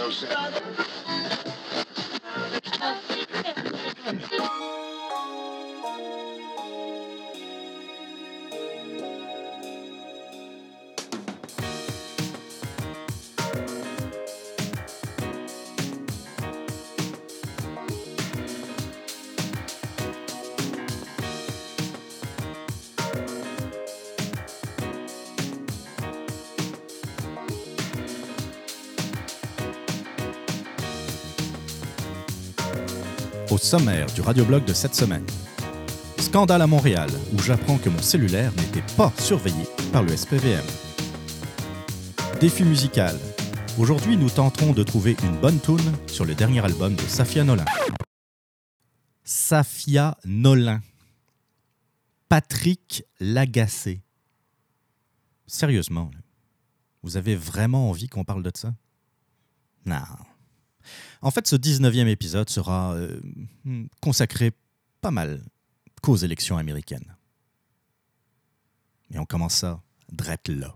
Au sommaire du radioblog de cette semaine. Scandale à Montréal, où j'apprends que mon cellulaire n'était pas surveillé par le SPVM. Défi musical. Aujourd'hui, nous tenterons de trouver une bonne tune sur le dernier album de Safia Nolin. Safia Nolin. Patrick Lagacé. Sérieusement, vous avez vraiment envie qu'on parle de ça? Non. En fait, ce 19e épisode sera consacré pas mal qu'aux élections américaines. Et on commence ça drette là.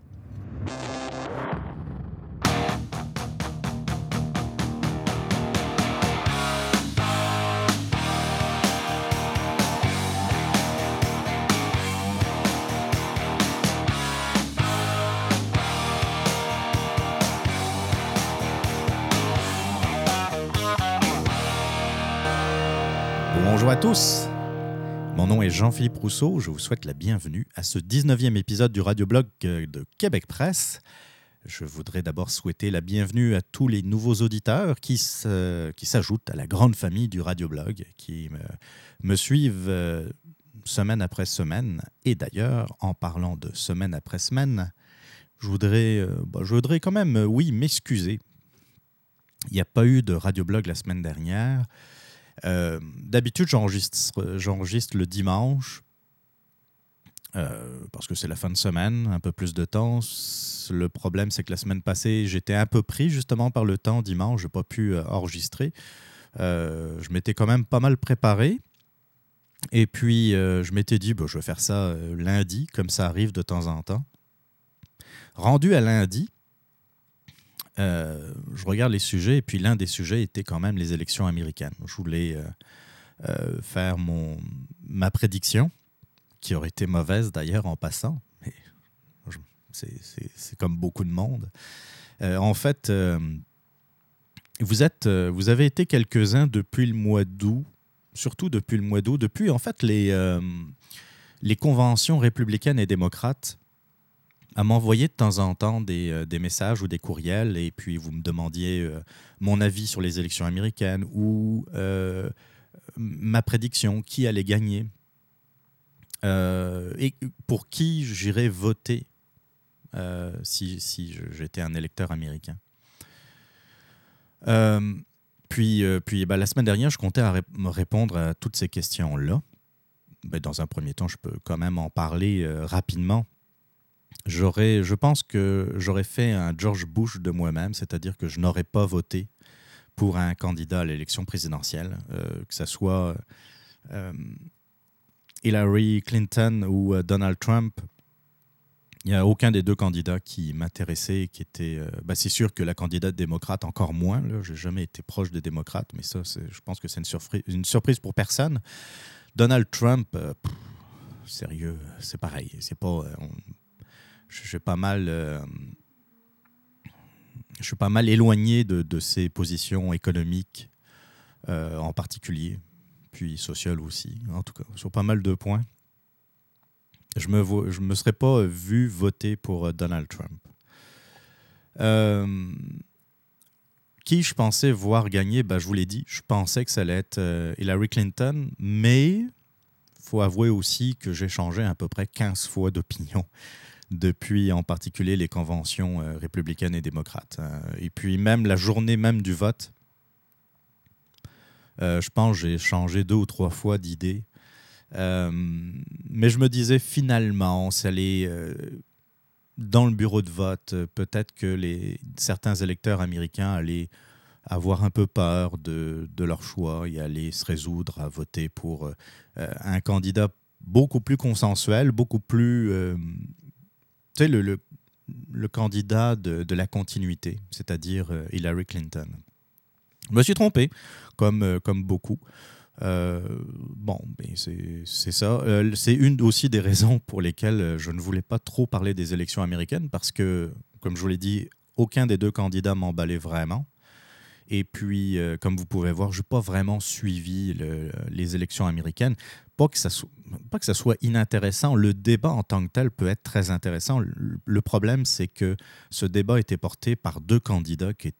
Bonjour à tous, mon nom est Jean-Philippe Rousseau, je vous souhaite la bienvenue à ce 19e épisode du radioblog de Québec Presse. Je voudrais d'abord souhaiter la bienvenue à tous les nouveaux auditeurs qui s'ajoutent à la grande famille du radioblog, qui me suivent semaine après semaine. Et d'ailleurs, en parlant de semaine après semaine, je voudrais quand même, m'excuser. Il n'y a pas eu de radioblog la semaine dernière. D'habitude, j'enregistre le dimanche parce que c'est la fin de semaine, un peu plus de temps. Le problème, c'est que la semaine passée, j'étais un peu pris justement par le temps dimanche. Je n'ai pas pu enregistrer. Je m'étais quand même pas mal préparé. Et puis, je m'étais dit, je vais faire ça lundi, comme ça arrive de temps en temps. Rendu à lundi, je regarde les sujets et puis l'un des sujets était quand même les élections américaines. Je voulais faire ma prédiction, qui aurait été mauvaise d'ailleurs en passant, mais c'est comme beaucoup de monde. En fait, vous avez été quelques-uns depuis le mois d'août, surtout depuis le mois d'août, depuis en fait les conventions républicaines et démocrates, à m'envoyer de temps en temps des messages ou des courriels, et puis vous me demandiez mon avis sur les élections américaines ou ma prédiction, qui allait gagner et pour qui j'irais voter si j'étais un électeur américain. Puis la semaine dernière, je comptais me répondre à toutes ces questions-là. Dans un premier temps, je peux quand même en parler rapidement. Je pense que j'aurais fait un George Bush de moi-même, c'est-à-dire que je n'aurais pas voté pour un candidat à l'élection présidentielle, que ce soit Hillary Clinton ou Donald Trump. Il n'y a aucun des deux candidats qui m'intéressait, qui était... c'est sûr que la candidate démocrate, encore moins. Je n'ai jamais été proche des démocrates, mais ça, je pense que c'est une surprise pour personne. Donald Trump, sérieux, c'est pareil. C'est pas... Je suis pas mal éloigné de ses positions économiques en particulier, puis sociales aussi, en tout cas, sur pas mal de points. Je me serais pas vu voter pour Donald Trump. Qui je pensais voir gagner, je vous l'ai dit, je pensais que ça allait être Hillary Clinton, mais il faut avouer aussi que j'ai changé à peu près 15 fois d'opinion depuis en particulier les conventions républicaines et démocrates. Et puis même la journée même du vote, je pense que j'ai changé 2 ou 3 fois d'idée. Mais je me disais finalement, ça allait, dans le bureau de vote, peut-être que certains électeurs américains allaient avoir un peu peur de leur choix et aller se résoudre à voter pour un candidat beaucoup plus consensuel, beaucoup plus... le candidat de la continuité, c'est-à-dire Hillary Clinton. Je me suis trompé, comme beaucoup. Bon, ben c'est ça. C'est une aussi des raisons pour lesquelles je ne voulais pas trop parler des élections américaines, parce que, comme je vous l'ai dit, aucun des deux candidats m'emballait vraiment. Et puis, comme vous pouvez voir, je n'ai pas vraiment suivi les élections américaines. Pas que ça soit inintéressant. Le débat en tant que tel peut être très intéressant. Le problème, c'est que ce débat était porté par deux candidats qui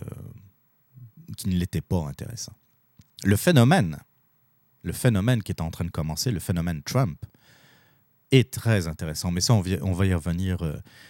ne l'étaient pas intéressants. Le phénomène qui est en train de commencer, le phénomène Trump, est très intéressant. Mais ça, on va y revenir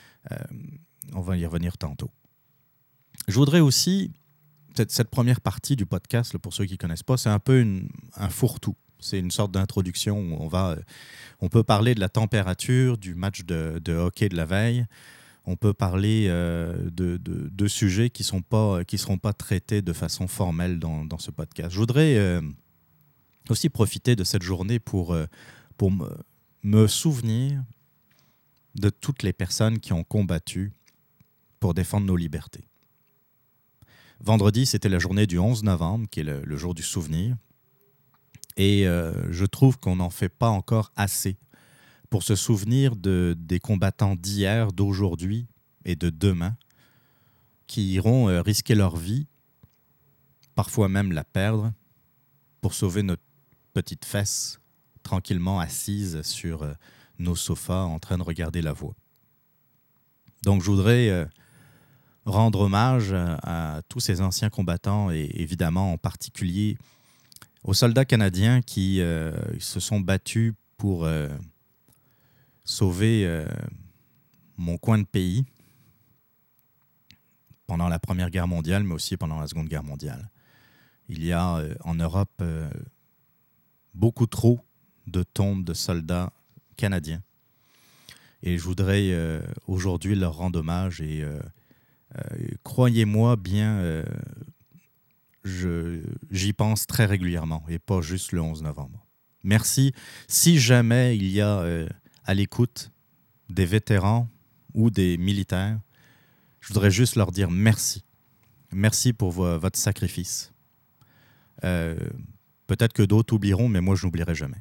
tantôt. Je voudrais aussi, cette première partie du podcast, là, pour ceux qui ne connaissent pas, c'est un peu un fourre-tout. C'est une sorte d'introduction où on peut parler de la température du match de hockey de la veille. On peut parler de sujets qui ne seront pas traités de façon formelle dans ce podcast. Je voudrais aussi profiter de cette journée pour me souvenir de toutes les personnes qui ont combattu pour défendre nos libertés. Vendredi, c'était la journée du 11 novembre, qui est le jour du souvenir. Et je trouve qu'on n'en fait pas encore assez pour se souvenir des combattants d'hier, d'aujourd'hui et de demain, qui iront risquer leur vie, parfois même la perdre, pour sauver notre petite fesse tranquillement assise sur nos sofas en train de regarder la voie. Donc je voudrais rendre hommage à tous ces anciens combattants et évidemment en particulier aux soldats canadiens qui se sont battus pour sauver mon coin de pays pendant la Première Guerre mondiale, mais aussi pendant la Seconde Guerre mondiale. Il y a en Europe beaucoup trop de tombes de soldats canadiens. Et je voudrais aujourd'hui leur rendre hommage et croyez-moi bien, j'y pense très régulièrement et pas juste le 11 novembre. Merci. Si jamais il y a à l'écoute des vétérans ou des militaires, je voudrais juste leur dire merci. Merci pour votre sacrifice. Peut-être que d'autres oublieront, mais moi, je n'oublierai jamais.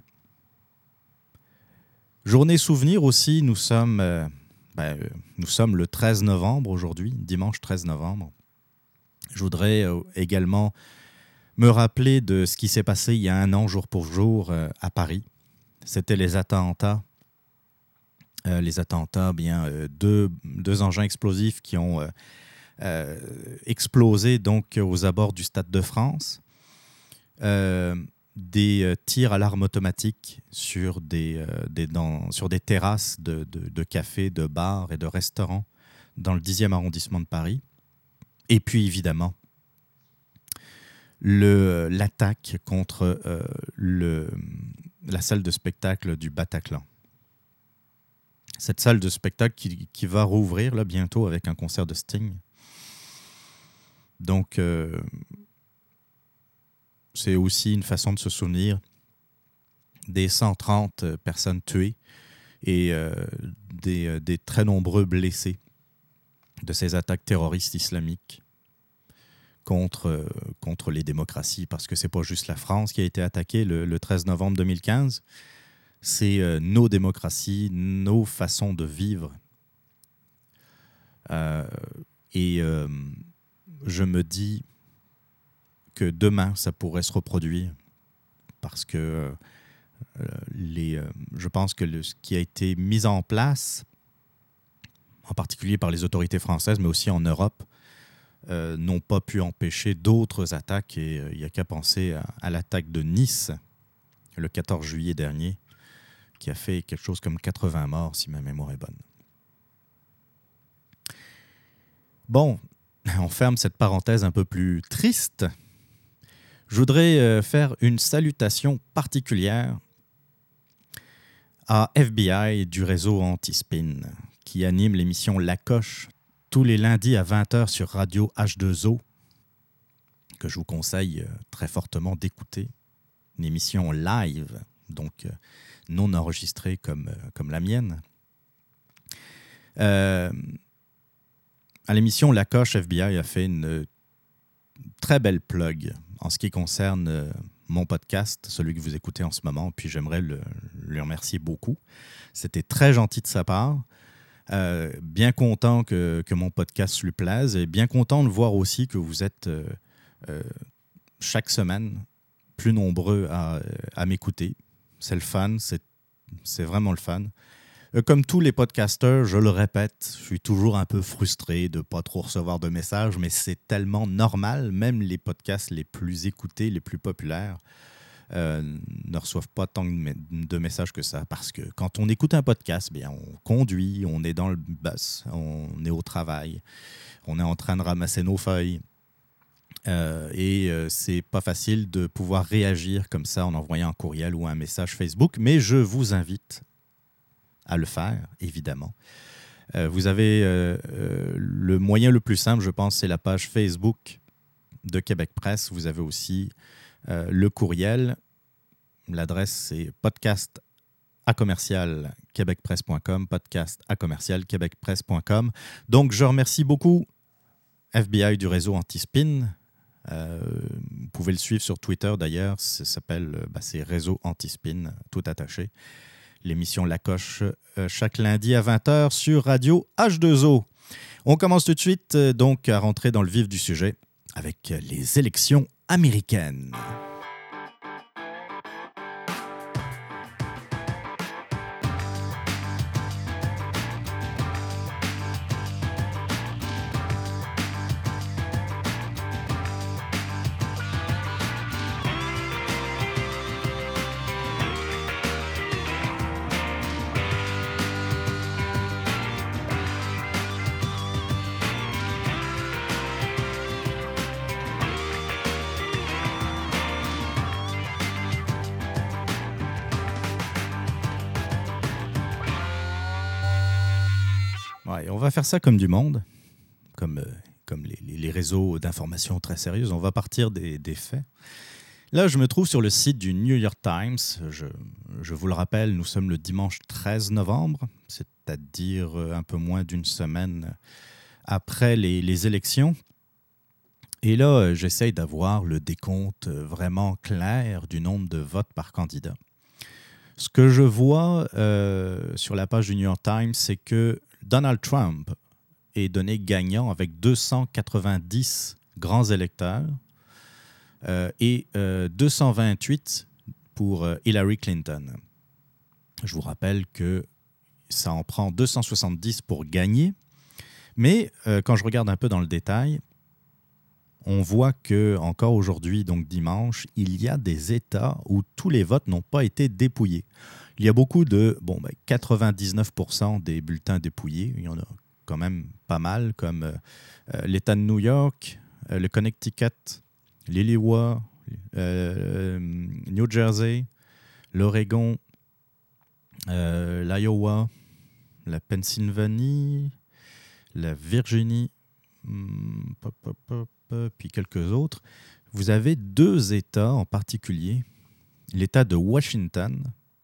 Journée souvenir aussi, nous sommes le 13 novembre aujourd'hui, dimanche 13 novembre. Je voudrais également me rappeler de ce qui s'est passé il y a un an, jour pour jour, à Paris. C'était les attentats. Deux engins explosifs qui ont explosé donc aux abords du Stade de France. Des tirs à l'arme automatique sur des terrasses de cafés, de bars et de restaurants dans le 10e arrondissement de Paris. Et puis, évidemment, l'attaque contre la salle de spectacle du Bataclan. Cette salle de spectacle qui va rouvrir là, bientôt avec un concert de Sting. Donc, c'est aussi une façon de se souvenir des 130 personnes tuées et des très nombreux blessés de ces attaques terroristes islamiques contre les démocraties, parce que ce n'est pas juste la France qui a été attaquée le 13 novembre 2015, c'est nos démocraties, nos façons de vivre. Je me dis que demain, ça pourrait se reproduire parce que je pense que ce qui a été mis en place, en particulier par les autorités françaises, mais aussi en Europe, n'ont pas pu empêcher d'autres attaques. Et il n'y a qu'à penser à l'attaque de Nice, le 14 juillet dernier, qui a fait quelque chose comme 80 morts, si ma mémoire est bonne. Bon, on ferme cette parenthèse un peu plus triste. Je voudrais faire une salutation particulière à FBI du réseau Anti-Spin, qui anime l'émission La Coche tous les lundis à 20h sur Radio H2O, que je vous conseille très fortement d'écouter. Une émission live, donc non enregistrée comme la mienne. À l'émission La Coche, FBI a fait une très belle plug en ce qui concerne mon podcast, celui que vous écoutez en ce moment, puis j'aimerais lui remercier beaucoup. C'était très gentil de sa part. Bien content que mon podcast lui plaise et bien content de voir aussi que vous êtes chaque semaine plus nombreux à m'écouter. C'est le fun, c'est vraiment le fun. Comme tous les podcasteurs, je le répète, je suis toujours un peu frustré de ne pas trop recevoir de messages, mais c'est tellement normal. Même les podcasts les plus écoutés, les plus populaires, ne reçoivent pas tant de messages que ça. Parce que quand on écoute un podcast, bien, on conduit, on est dans le bus, on est au travail, on est en train de ramasser nos feuilles. C'est pas facile de pouvoir réagir comme ça en envoyant un courriel ou un message Facebook, mais je vous invite à le faire, évidemment. Vous avez le moyen le plus simple, je pense, c'est la page Facebook de Québec Presse. Vous avez aussi le courriel. L'adresse, c'est podcast@québecpresse.com, podcast@québecpresse.com. Donc, je remercie beaucoup FBI du réseau Antispin. Vous pouvez le suivre sur Twitter, d'ailleurs. Ça s'appelle, c'est Réseau Antispin, tout attaché. L'émission La Coche, chaque lundi à 20h sur Radio H2O. On commence tout de suite donc à rentrer dans le vif du sujet avec les élections américaines. Ouais, on va faire ça comme du monde, comme les réseaux d'information très sérieux. On va partir des faits. Là, je me trouve sur le site du New York Times. Je vous le rappelle, nous sommes le dimanche 13 novembre, c'est-à-dire un peu moins d'une semaine après les élections. Et là, j'essaye d'avoir le décompte vraiment clair du nombre de votes par candidat. Ce que je vois sur la page du New York Times, c'est que Donald Trump est donné gagnant avec 290 grands électeurs et 228 pour Hillary Clinton. Je vous rappelle que ça en prend 270 pour gagner, mais quand je regarde un peu dans le détail, on voit qu'encore aujourd'hui, donc dimanche, il y a des États où tous les votes n'ont pas été dépouillés. Il y a beaucoup 99% des bulletins dépouillés. Il y en a quand même pas mal, comme l'État de New York, le Connecticut, l'Illinois, New Jersey, l'Oregon, l'Iowa, la Pennsylvanie, la Virginie, puis quelques autres. Vous avez 2 États en particulier. L'État de Washington,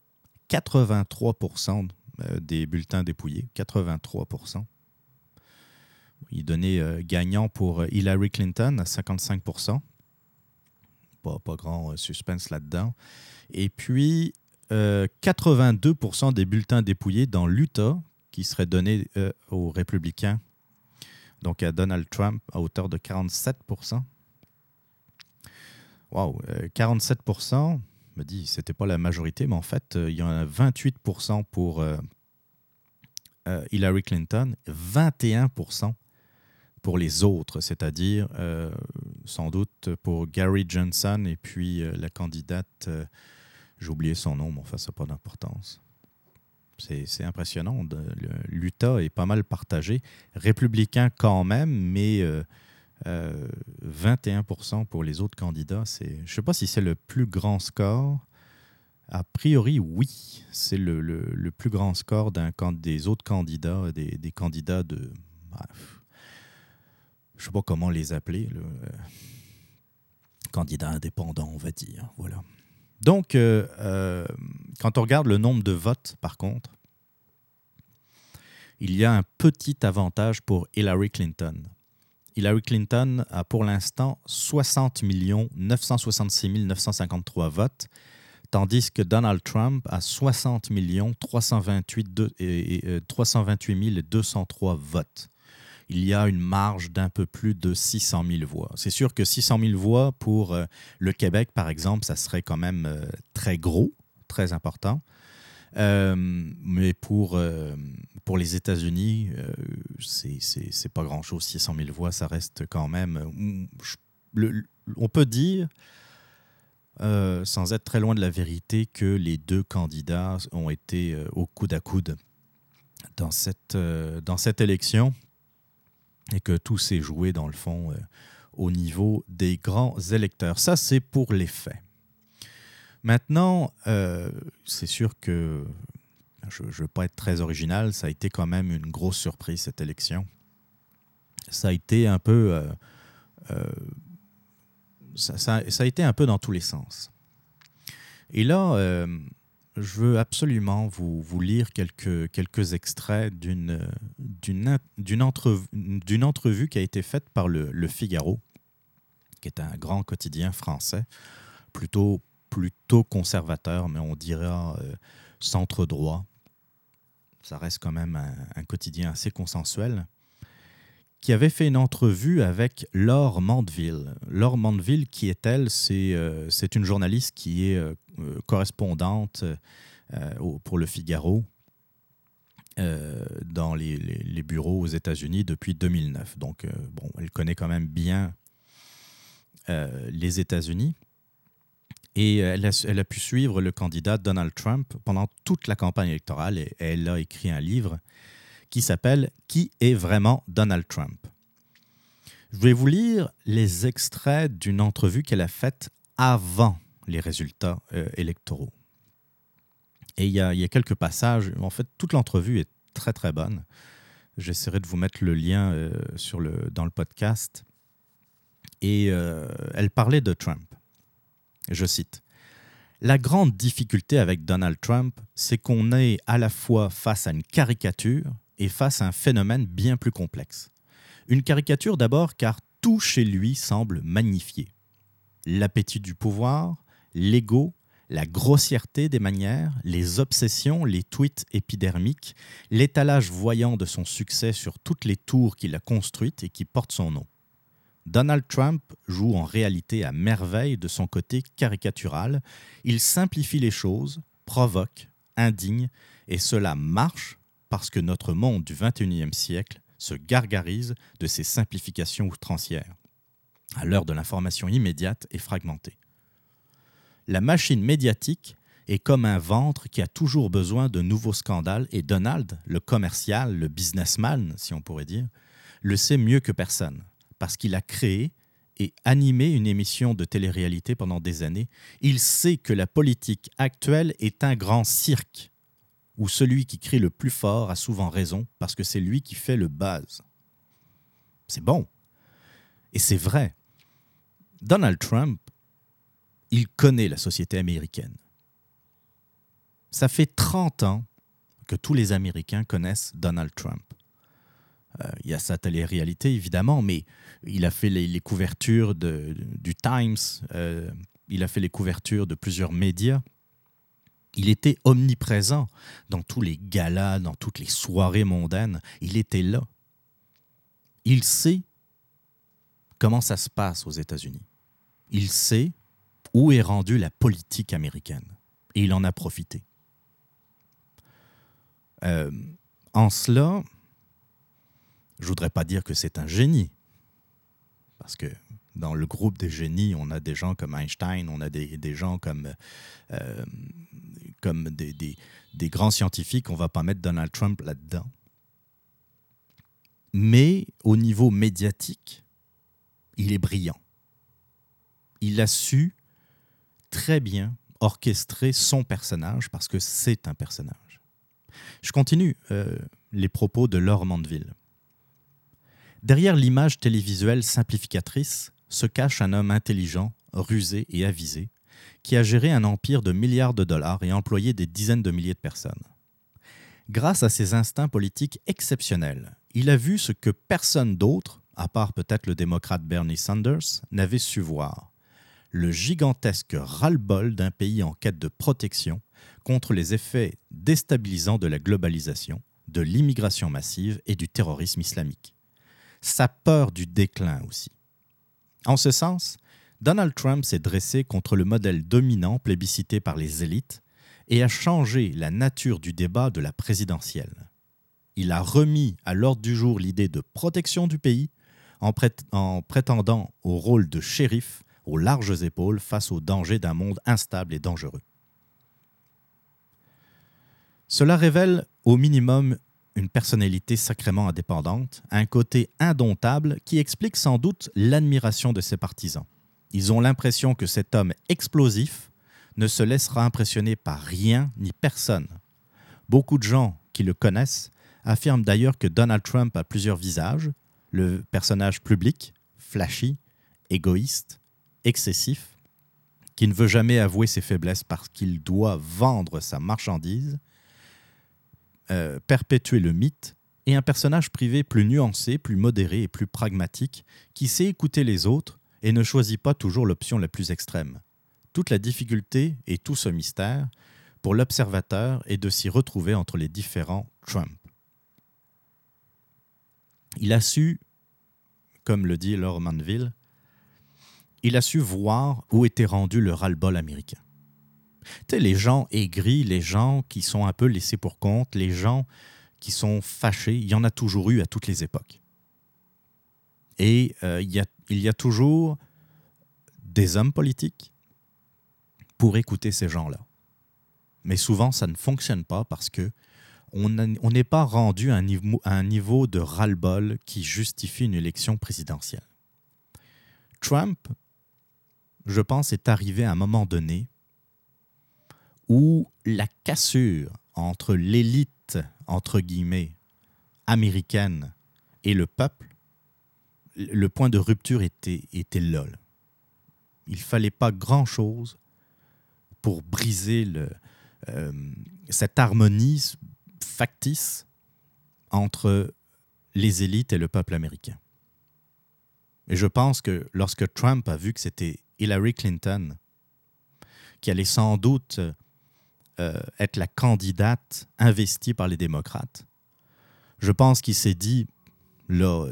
83% des bulletins dépouillés, 83%. Il donnait gagnant pour Hillary Clinton à 55%. Pas grand suspense là-dedans. Et puis, 82% des bulletins dépouillés dans l'Utah qui seraient donnés aux républicains, donc à Donald Trump, à hauteur de 47%. Wow, 47%, je me dis, c'était pas la majorité, mais en fait, il y en a 28% pour Hillary Clinton, 21% pour les autres, c'est-à-dire sans doute pour Gary Johnson et puis la candidate, j'ai oublié son nom, mais enfin, ça n'a pas d'importance. C'est impressionnant. L'Utah est pas mal partagé. Républicain quand même, mais 21% pour les autres candidats. Je ne sais pas si c'est le plus grand score. A priori, oui. C'est le plus grand score des autres candidats, des candidats de... je ne sais pas comment les appeler. Candidats indépendants, on va dire. Voilà. Donc, quand on regarde le nombre de votes, par contre, il y a un petit avantage pour Hillary Clinton. Hillary Clinton a pour l'instant 60 966 953 votes, tandis que Donald Trump a 60 328 203 votes. Il y a une marge d'un peu plus de 600 000 voix. C'est sûr que 600 000 voix pour le Québec, par exemple, ça serait quand même très gros, très important. Mais pour les États-Unis, c'est pas grand-chose. 600 000 voix, ça reste quand même... on peut dire, sans être très loin de la vérité, que les deux candidats ont été au coude à coude dans cette élection et que tout s'est joué, dans le fond, au niveau des grands électeurs. Ça, c'est pour les faits. Maintenant, c'est sûr que je ne veux pas être très original, ça a été quand même une grosse surprise, cette élection. Ça a été un peu... ça a été un peu dans tous les sens. Et là, je veux absolument vous lire quelques extraits d'une entrevue qui a été faite par le Figaro, qui est un grand quotidien français, plutôt conservateur, mais on dira centre-droit. Ça reste quand même un quotidien assez consensuel, qui avait fait une entrevue avec Laure Mandeville. Laure Mandeville, qui est-elle? C'est une journaliste qui est correspondante pour le Figaro dans les bureaux aux États-Unis depuis 2009. Donc, elle connaît quand même bien les États-Unis. Et elle a pu suivre le candidat Donald Trump pendant toute la campagne électorale et elle a écrit un livre qui s'appelle « Qui est vraiment Donald Trump ?» Je vais vous lire les extraits d'une entrevue qu'elle a faite avant les résultats électoraux. Et il y a quelques passages. En fait, toute l'entrevue est très, très bonne. J'essaierai de vous mettre le lien dans le podcast. Et elle parlait de Trump. Je cite, « La grande difficulté avec Donald Trump, c'est qu'on est à la fois face à une caricature et face à un phénomène bien plus complexe. Une caricature d'abord car tout chez lui semble magnifié. L'appétit du pouvoir, l'ego, la grossièreté des manières, les obsessions, les tweets épidermiques, l'étalage voyant de son succès sur toutes les tours qu'il a construites et qui portent son nom. Donald Trump joue en réalité à merveille de son côté caricatural. Il simplifie les choses, provoque, indigne, et cela marche parce que notre monde du XXIe siècle se gargarise de ces simplifications outrancières, à l'heure de l'information immédiate et fragmentée. La machine médiatique est comme un ventre qui a toujours besoin de nouveaux scandales et Donald, le commercial, le businessman, si on pourrait dire, le sait mieux que personne. Parce qu'il a créé et animé une émission de télé-réalité pendant des années, il sait que la politique actuelle est un grand cirque, où celui qui crie le plus fort a souvent raison, parce que c'est lui qui fait le buzz. C'est bon. Et c'est vrai. Donald Trump, il connaît la société américaine. Ça fait 30 ans que tous les Américains connaissent Donald Trump. Il y a sa télé-réalité, évidemment, mais il a fait les couvertures du Times, il a fait les couvertures de plusieurs médias. Il était omniprésent dans tous les galas, dans toutes les soirées mondaines. Il était là. Il sait comment ça se passe aux États-Unis. Il sait où est rendue la politique américaine. Et il en a profité. En cela... Je ne voudrais pas dire que c'est un génie, parce que dans le groupe des génies, on a des gens comme Einstein, on a des gens comme des grands scientifiques, on ne va pas mettre Donald Trump là-dedans. Mais au niveau médiatique, il est brillant. Il a su très bien orchestrer son personnage, parce que c'est un personnage. Je continue les propos de Laure Mandeville. Derrière l'image télévisuelle simplificatrice se cache un homme intelligent, rusé et avisé, qui a géré un empire de milliards de dollars et employé des dizaines de milliers de personnes. Grâce à ses instincts politiques exceptionnels, il a vu ce que personne d'autre, à part peut-être le démocrate Bernie Sanders, n'avait su voir. Le gigantesque ras-le-bol d'un pays en quête de protection contre les effets déstabilisants de la globalisation, de l'immigration massive et du terrorisme islamique. Sa peur du déclin aussi. En ce sens, Donald Trump s'est dressé contre le modèle dominant plébiscité par les élites et a changé la nature du débat de la présidentielle. Il a remis à l'ordre du jour l'idée de protection du pays en prétendant au rôle de shérif aux larges épaules face aux dangers d'un monde instable et dangereux. Cela révèle au minimum une personnalité sacrément indépendante, un côté indomptable qui explique sans doute l'admiration de ses partisans. Ils ont l'impression que cet homme explosif ne se laissera impressionner par rien ni personne. Beaucoup de gens qui le connaissent affirment d'ailleurs que Donald Trump a plusieurs visages, le personnage public, flashy, égoïste, excessif, qui ne veut jamais avouer ses faiblesses parce qu'il doit vendre sa marchandise, perpétuer le mythe, et un personnage privé plus nuancé, plus modéré et plus pragmatique, qui sait écouter les autres et ne choisit pas toujours l'option la plus extrême. Toute la difficulté et tout ce mystère, pour l'observateur, est de s'y retrouver entre les différents Trump. Il a su, comme le dit Laura Manville, il a su voir où était rendu le ras-le-bol américain. Tu sais, les gens aigris, les gens qui sont un peu laissés pour compte, les gens qui sont fâchés, il y en a toujours eu à toutes les époques. Et il y a toujours des hommes politiques pour écouter ces gens-là. Mais souvent, ça ne fonctionne pas parce qu'on n'est pas rendu à un niveau de ras-le-bol qui justifie une élection présidentielle. Trump, je pense, est arrivé à un moment donné où la cassure entre l'élite, entre guillemets, américaine et le peuple, le point de rupture était là. Il ne fallait pas grand-chose pour briser cette harmonie factice entre les élites et le peuple américain. Et je pense que lorsque Trump a vu que c'était Hillary Clinton qui allait sans doute être la candidate investie par les démocrates, je pense qu'il s'est dit, là,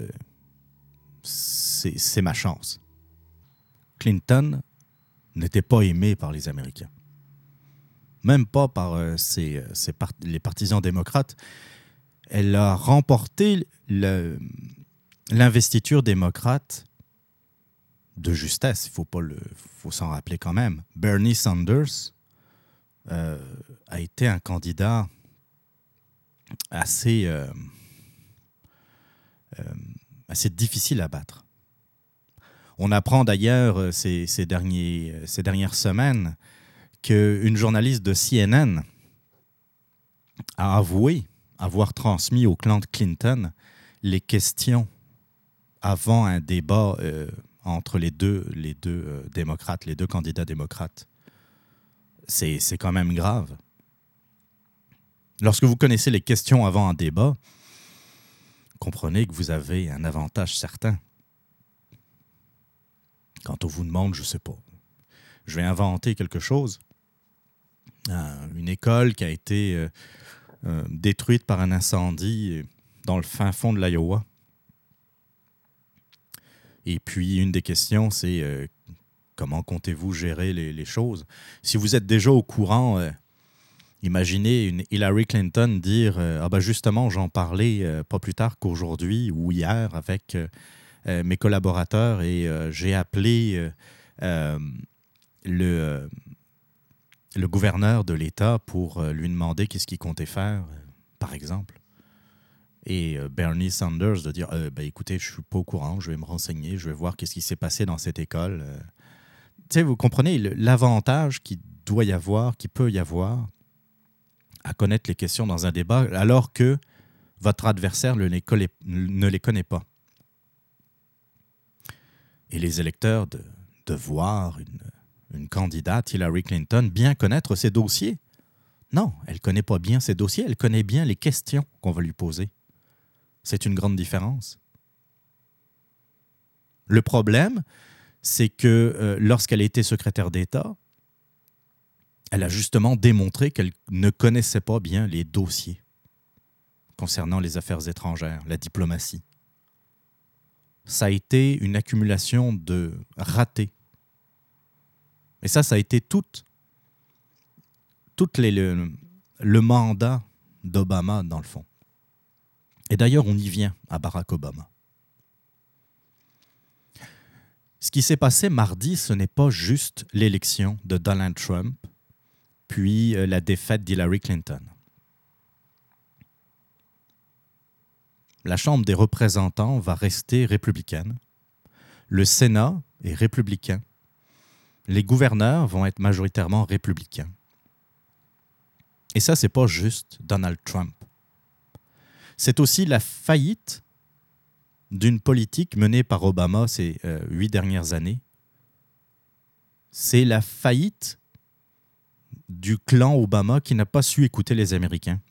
c'est ma chance. Clinton n'était pas aimé par les Américains. Même pas par les partisans démocrates. Elle a remporté l'investiture démocrate de justesse, il faut s'en rappeler quand même. Bernie Sanders a été un candidat assez difficile à battre. On apprend d'ailleurs ces dernières semaines qu'une journaliste de CNN a avoué avoir transmis au clan de Clinton les questions avant un débat entre les deux démocrates, les deux candidats démocrates. C'est quand même grave. Lorsque vous connaissez les questions avant un débat, comprenez que vous avez un avantage certain. Quand on vous demande, je ne sais pas, je vais inventer quelque chose, une école qui a été détruite par un incendie dans le fin fond de l'Iowa. Et puis, une des questions, c'est comment comptez-vous gérer les choses? Si vous êtes déjà au courant, imaginez une Hillary Clinton dire justement, j'en parlais pas plus tard qu'aujourd'hui ou hier avec mes collaborateurs et j'ai appelé le gouverneur de l'État pour lui demander qu'est-ce qu'il comptait faire, par exemple. Et Bernie Sanders de dire écoutez, je ne suis pas au courant, je vais me renseigner, je vais voir qu'est-ce qui s'est passé dans cette école. Vous comprenez l'avantage qu'il doit y avoir, qu'il peut y avoir à connaître les questions dans un débat alors que votre adversaire ne les connaît pas. Et les électeurs de voir une candidate, Hillary Clinton, bien connaître ses dossiers, Non, elle ne connaît pas bien ses dossiers, elle connaît bien les questions qu'on va lui poser. C'est une grande différence. Le problème, c'est que lorsqu'elle a été secrétaire d'État, elle a justement démontré qu'elle ne connaissait pas bien les dossiers concernant les affaires étrangères, la diplomatie. Ça a été une accumulation de ratés. Et ça a été tout le mandat d'Obama, dans le fond. Et d'ailleurs, on y vient à Barack Obama. Ce qui s'est passé mardi, ce n'est pas juste l'élection de Donald Trump, puis la défaite d'Hillary Clinton. La Chambre des représentants va rester républicaine. Le Sénat est républicain. Les gouverneurs vont être majoritairement républicains. Et ça, ce n'est pas juste Donald Trump. C'est aussi la faillite d'une politique menée par Obama ces 8 dernières années. C'est la faillite du clan Obama qui n'a pas su écouter les Américains.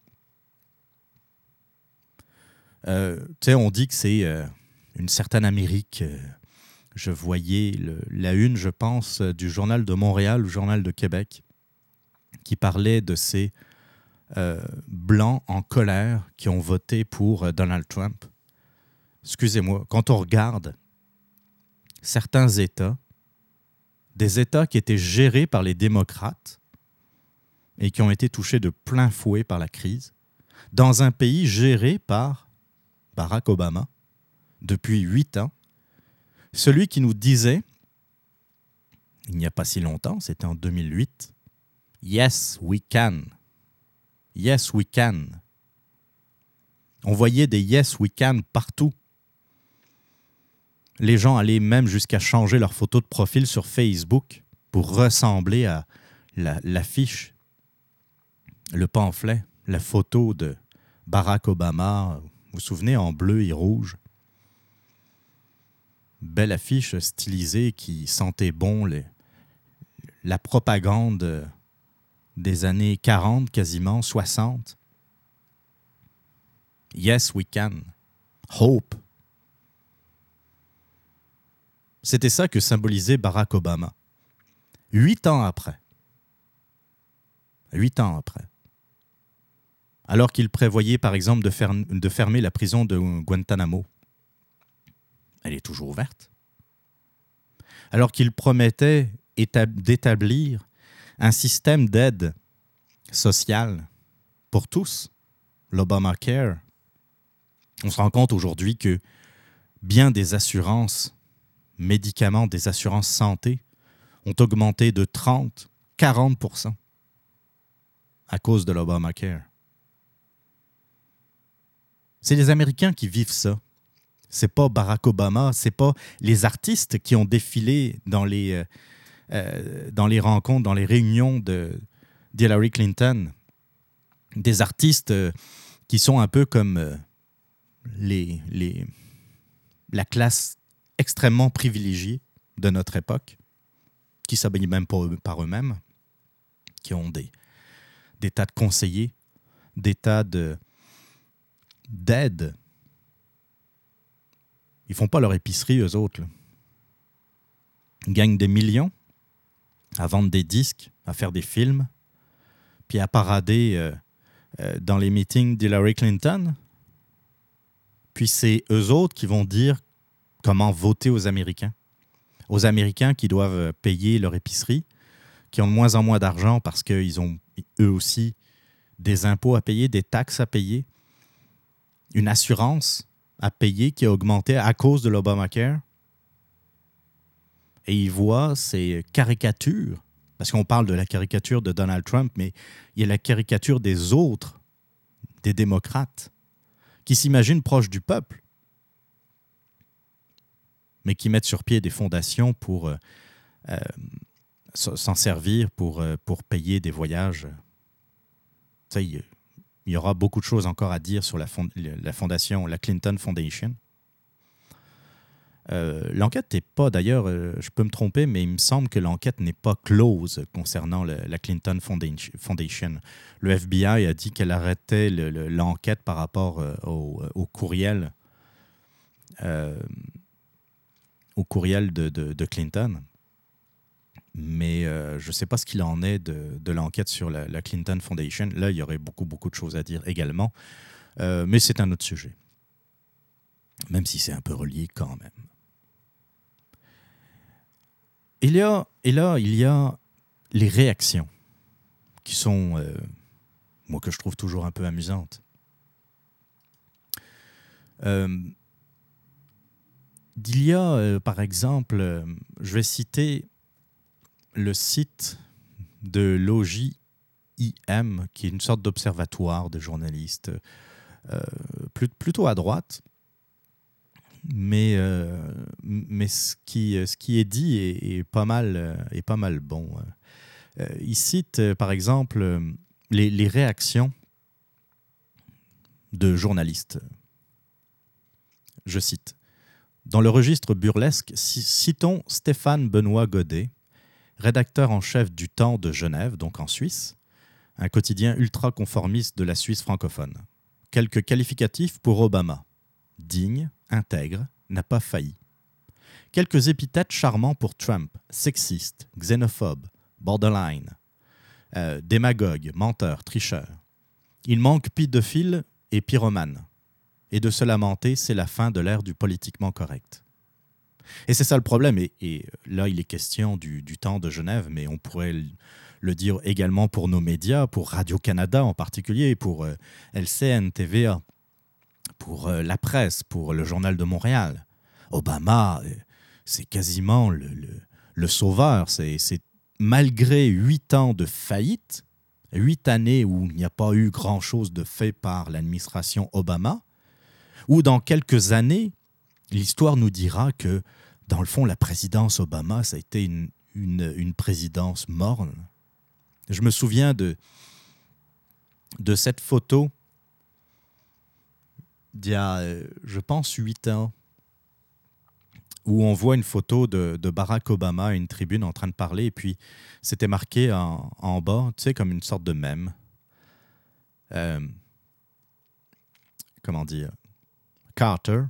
On dit que c'est une certaine Amérique. Je voyais la une, je pense, du Journal de Montréal, le Journal de Québec, qui parlait de ces Blancs en colère qui ont voté pour Donald Trump. Excusez-moi, quand on regarde certains États, des États qui étaient gérés par les démocrates et qui ont été touchés de plein fouet par la crise, dans un pays géré par Barack Obama depuis 8 ans, celui qui nous disait, il n'y a pas si longtemps, c'était en 2008, « Yes, we can ». Yes, we can. On voyait des yes, we can partout. Les gens allaient même jusqu'à changer leur photo de profil sur Facebook pour ressembler à l'affiche, le pamphlet, la photo de Barack Obama. Vous vous souvenez, en bleu et rouge. Belle affiche stylisée qui sentait bon la propagande des années 40, quasiment 60. Yes, we can. Hope. C'était ça que symbolisait Barack Obama. 8 ans après. 8 ans après. Alors qu'il prévoyait, par exemple, de fermer la prison de Guantanamo. Elle est toujours ouverte. Alors qu'il promettait d'établir un système d'aide sociale pour tous, l'Obamacare. On se rend compte aujourd'hui que bien des assurances médicaments, des assurances santé ont augmenté de 30-40% à cause de l'Obamacare. C'est les Américains qui vivent ça. C'est pas Barack Obama, c'est pas les artistes qui ont défilé dans les rencontres, dans les réunions d'Hillary Clinton, des artistes qui sont un peu comme la classe extrêmement privilégiée de notre époque, qui ne s'habillent même pas par eux-mêmes, qui ont des tas de conseillers, des tas d'aide. Ils ne font pas leur épicerie, eux autres. Là. Ils gagnent des millions à vendre des disques, à faire des films, puis à parader dans les meetings d'Hillary Clinton. Puis c'est eux autres qui vont dire comment voter aux Américains. Aux Américains qui doivent payer leur épicerie, qui ont de moins en moins d'argent parce qu'ils ont eux aussi des impôts à payer, des taxes à payer, une assurance à payer qui a augmenté à cause de l'Obamacare. Et ils voient ces caricatures, parce qu'on parle de la caricature de Donald Trump, mais il y a la caricature des autres, des démocrates, qui s'imaginent proches du peuple, mais qui mettent sur pied des fondations pour s'en servir pour payer des voyages. Ça, il y aura beaucoup de choses encore à dire sur la fondation, la Clinton Foundation. L'enquête n'est pas, d'ailleurs, je peux me tromper, mais il me semble que l'enquête n'est pas close concernant la Clinton Foundation. Le FBI a dit qu'elle arrêtait l'enquête par rapport au courriel, de Clinton. Mais je ne sais pas ce qu'il en est de l'enquête sur la Clinton Foundation. Là, il y aurait beaucoup, beaucoup de choses à dire également. Mais c'est un autre sujet. Même si c'est un peu relié quand même. Il y a les réactions qui sont, moi, que je trouve toujours un peu amusantes. Il y a, par exemple, je vais citer le site de l'OJIM, qui est une sorte d'observatoire de journalistes, plutôt à droite. Mais ce qui est dit est pas mal bon. Il cite, par exemple, les réactions de journalistes. Je cite. Dans le registre burlesque, citons Stéphane Benoît Godet, rédacteur en chef du Temps de Genève, donc en Suisse, un quotidien ultra-conformiste de la Suisse francophone. Quelques qualificatifs pour Obama. Digne, intègre, n'a pas failli. Quelques épithètes charmants pour Trump, sexiste, xénophobe, borderline, démagogue, menteur, tricheur. Il manque pédophile et pyromane. Et de se lamenter, c'est la fin de l'ère du politiquement correct. Et c'est ça le problème. Et là, il est question du Temps de Genève, mais on pourrait le dire également pour nos médias, pour Radio-Canada en particulier, pour LCN, TVA, pour la presse, pour le Journal de Montréal. Obama, c'est quasiment le sauveur. C'est malgré 8 ans de faillite, 8 années où il n'y a pas eu grand-chose de fait par l'administration Obama, ou dans quelques années, l'histoire nous dira que, dans le fond, la présidence Obama, ça a été une présidence morne. Je me souviens de cette photo d'il y a, je pense, 8 ans, où on voit une photo de Barack Obama à une tribune en train de parler, et puis c'était marqué en bas, tu sais, comme une sorte de mème. Comment dire? Carter,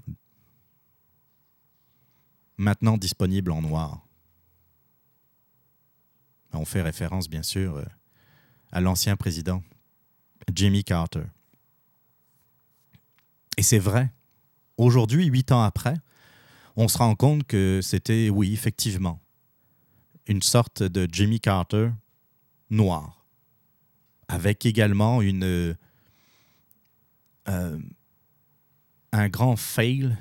maintenant disponible en noir. On fait référence, bien sûr, à l'ancien président, Jimmy Carter. Et c'est vrai. Aujourd'hui, 8 ans après, on se rend compte que c'était, oui, effectivement, une sorte de Jimmy Carter noir, avec également un grand fail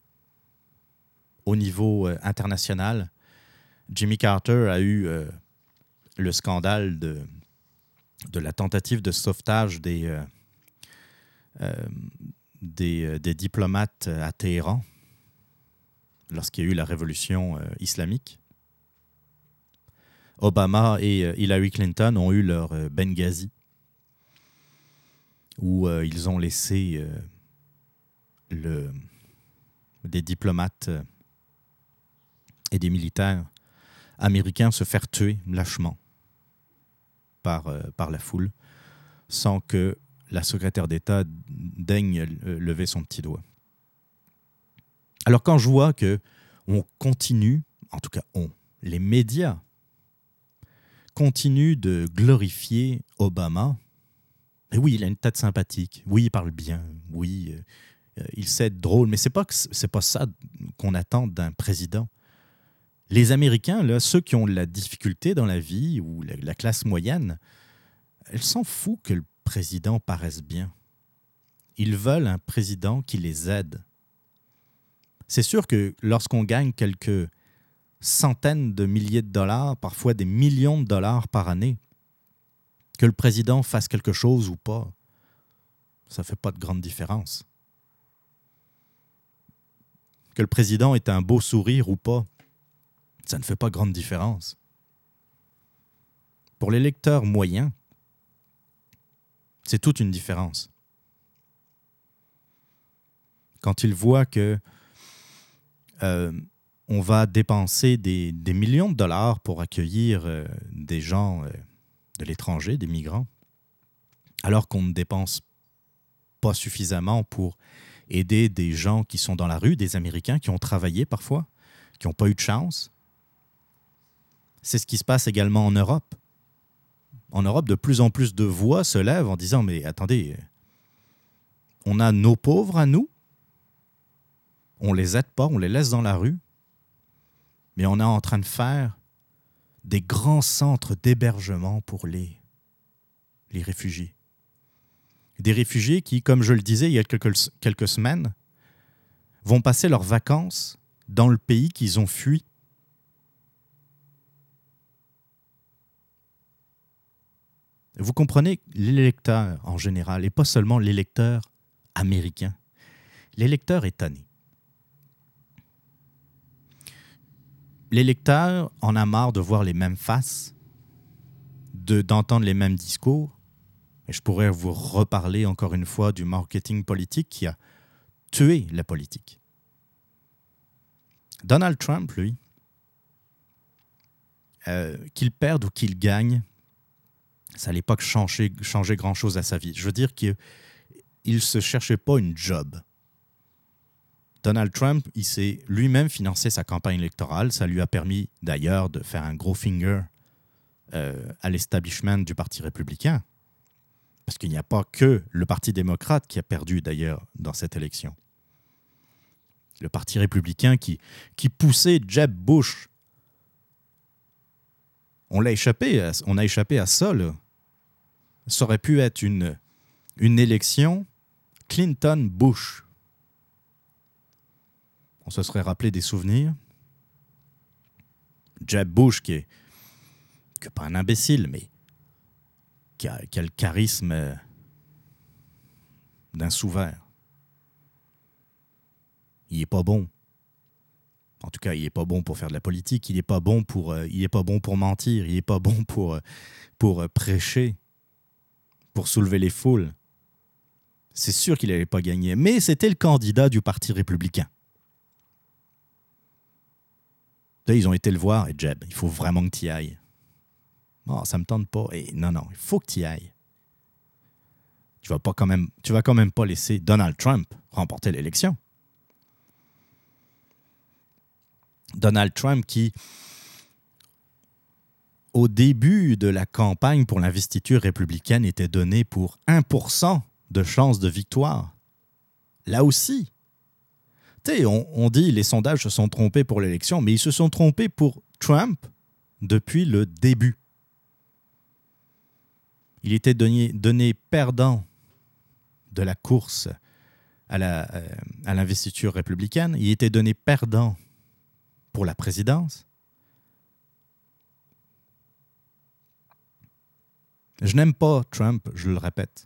au niveau international. Jimmy Carter a eu le scandale de la tentative de sauvetage des diplomates à Téhéran lorsqu'il y a eu la révolution islamique. Obama et Hillary Clinton ont eu leur Benghazi, où ils ont laissé des diplomates et des militaires américains se faire tuer lâchement par la foule, sans que la secrétaire d'État daigne lever son petit doigt. Alors quand je vois qu'on continue, en tout cas les médias continuent de glorifier Obama, et oui, il a une tête sympathique, oui, il parle bien, oui, il sait être drôle, mais c'est pas ça qu'on attend d'un président. Les Américains, là, ceux qui ont de la difficulté dans la vie, ou la classe moyenne, elles s'en foutent que le président paraisse bien. Ils veulent un président qui les aide. C'est sûr que lorsqu'on gagne quelques centaines de milliers de dollars, parfois des millions de dollars par année, que le président fasse quelque chose ou pas, ça ne fait pas de grande différence. Que le président ait un beau sourire ou pas, ça ne fait pas grande différence. Pour l'électeur moyen, c'est toute une différence. Quand il voit que on va dépenser des millions de dollars pour accueillir des gens de l'étranger, des migrants, alors qu'on ne dépense pas suffisamment pour aider des gens qui sont dans la rue, des Américains qui ont travaillé parfois, qui n'ont pas eu de chance. C'est ce qui se passe également en Europe. En Europe, de plus en plus de voix se lèvent en disant « Mais attendez, on a nos pauvres à nous, on les aide pas, on les laisse dans la rue, mais on est en train de faire des grands centres d'hébergement pour les réfugiés. » Des réfugiés qui, comme je le disais il y a quelques semaines, vont passer leurs vacances dans le pays qu'ils ont fui. Vous comprenez, l'électeur en général, et pas seulement l'électeur américain, l'électeur est tanné. L'électeur en a marre de voir les mêmes faces, d'entendre les mêmes discours. Et je pourrais vous reparler encore une fois du marketing politique qui a tué la politique. Donald Trump, lui, qu'il perde ou qu'il gagne, ça n'allait pas changer grand-chose à sa vie. Je veux dire qu'il ne se cherchait pas une job. Donald Trump, il s'est lui-même financé sa campagne électorale. Ça lui a permis d'ailleurs de faire un gros finger à l'establishment du Parti républicain. Parce qu'il n'y a pas que le Parti démocrate qui a perdu d'ailleurs dans cette élection. Le Parti républicain qui poussait Jeb Bush. On a échappé à ça, là. Ça aurait pu être une élection Clinton-Bush. On se serait rappelé des souvenirs. Jeb Bush, qui est pas un imbécile, mais qui a le charisme d'un sous-vert. Il n'est pas bon. En tout cas, il n'est pas bon pour faire de la politique. Il n'est pas bon pour mentir. Il n'est pas bon pour prêcher, pour soulever les foules. C'est sûr qu'il n'allait pas gagner. Mais c'était le candidat du Parti républicain. Là, ils ont été le voir. Et Jeb, il faut vraiment que tu y ailles. Non, ça ne me tente pas. Et non, il faut que tu y ailles. Tu vas quand même pas laisser Donald Trump remporter l'élection. Donald Trump qui, au début de la campagne pour l'investiture républicaine, était donné pour 1% de chance de victoire. Là aussi, tu sais, on dit les sondages se sont trompés pour l'élection, mais ils se sont trompés pour Trump depuis le début. Il était donné perdant de la course à l'investiture républicaine. Il était donné perdant pour la présidence. Je n'aime pas Trump, je le répète.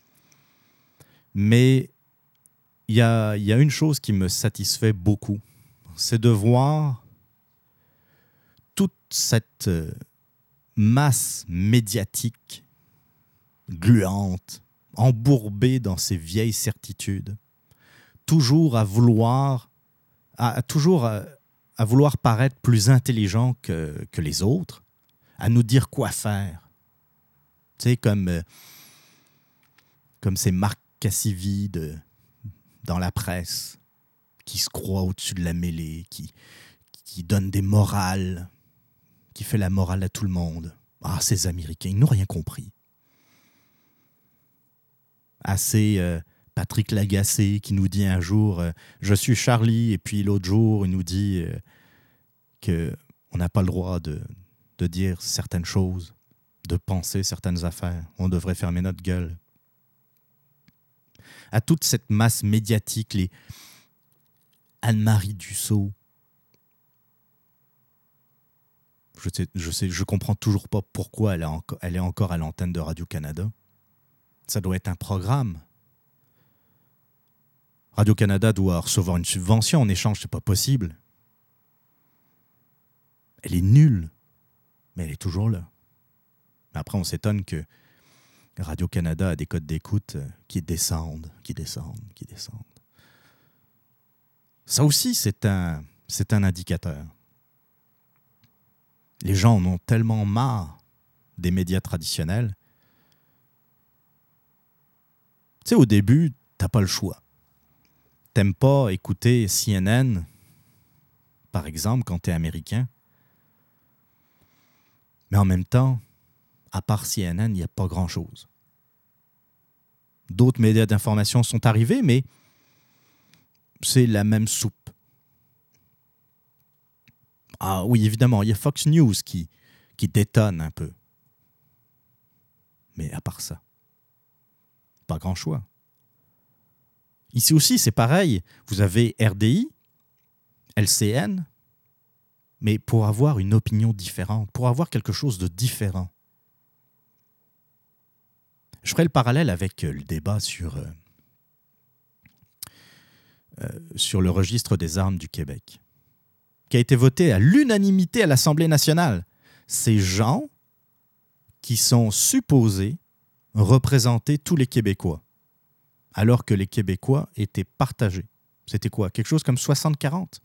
Mais il y a une chose qui me satisfait beaucoup, c'est de voir toute cette masse médiatique gluante, embourbée dans ses vieilles certitudes, toujours à vouloir paraître plus intelligent que les autres, à nous dire quoi faire. Tu sais, comme ces Marc Cassivi dans la presse, qui se croient au-dessus de la mêlée, qui donne des morales, qui fait la morale à tout le monde. Ah, ces Américains, ils n'ont rien compris. Assez Patrick Lagacé qui nous dit un jour « Je suis Charlie » et puis l'autre jour, il nous dit qu'on n'a pas le droit de dire certaines choses, de penser certaines affaires. On devrait fermer notre gueule. À toute cette masse médiatique, les Anne-Marie Dussault, je comprends toujours pas pourquoi elle est encore à l'antenne de Radio-Canada. Ça doit être un programme. Radio-Canada doit recevoir une subvention en échange, c'est pas possible. Elle est nulle, mais elle est toujours là. Mais après, on s'étonne que Radio-Canada a des codes d'écoute qui descendent. Ça aussi, c'est un c'est un indicateur. Les gens en ont tellement marre des médias traditionnels. Tu sais, au début, t'as pas le choix. T'aimes pas écouter CNN, par exemple, quand t'es américain. Mais en même temps, à part CNN, il n'y a pas grand-chose. D'autres médias d'information sont arrivés, mais c'est la même soupe. Ah oui, évidemment, il y a Fox News qui détonne un peu. Mais à part ça, pas grand choix. Ici aussi, c'est pareil. Vous avez RDI, LCN, mais pour avoir une opinion différente, pour avoir quelque chose de différent. Je ferai le parallèle avec le débat sur le registre des armes du Québec, qui a été voté à l'unanimité à l'Assemblée nationale. Ces gens qui sont supposés représenter tous les Québécois, alors que les Québécois étaient partagés. C'était quoi? Quelque chose comme 60-40?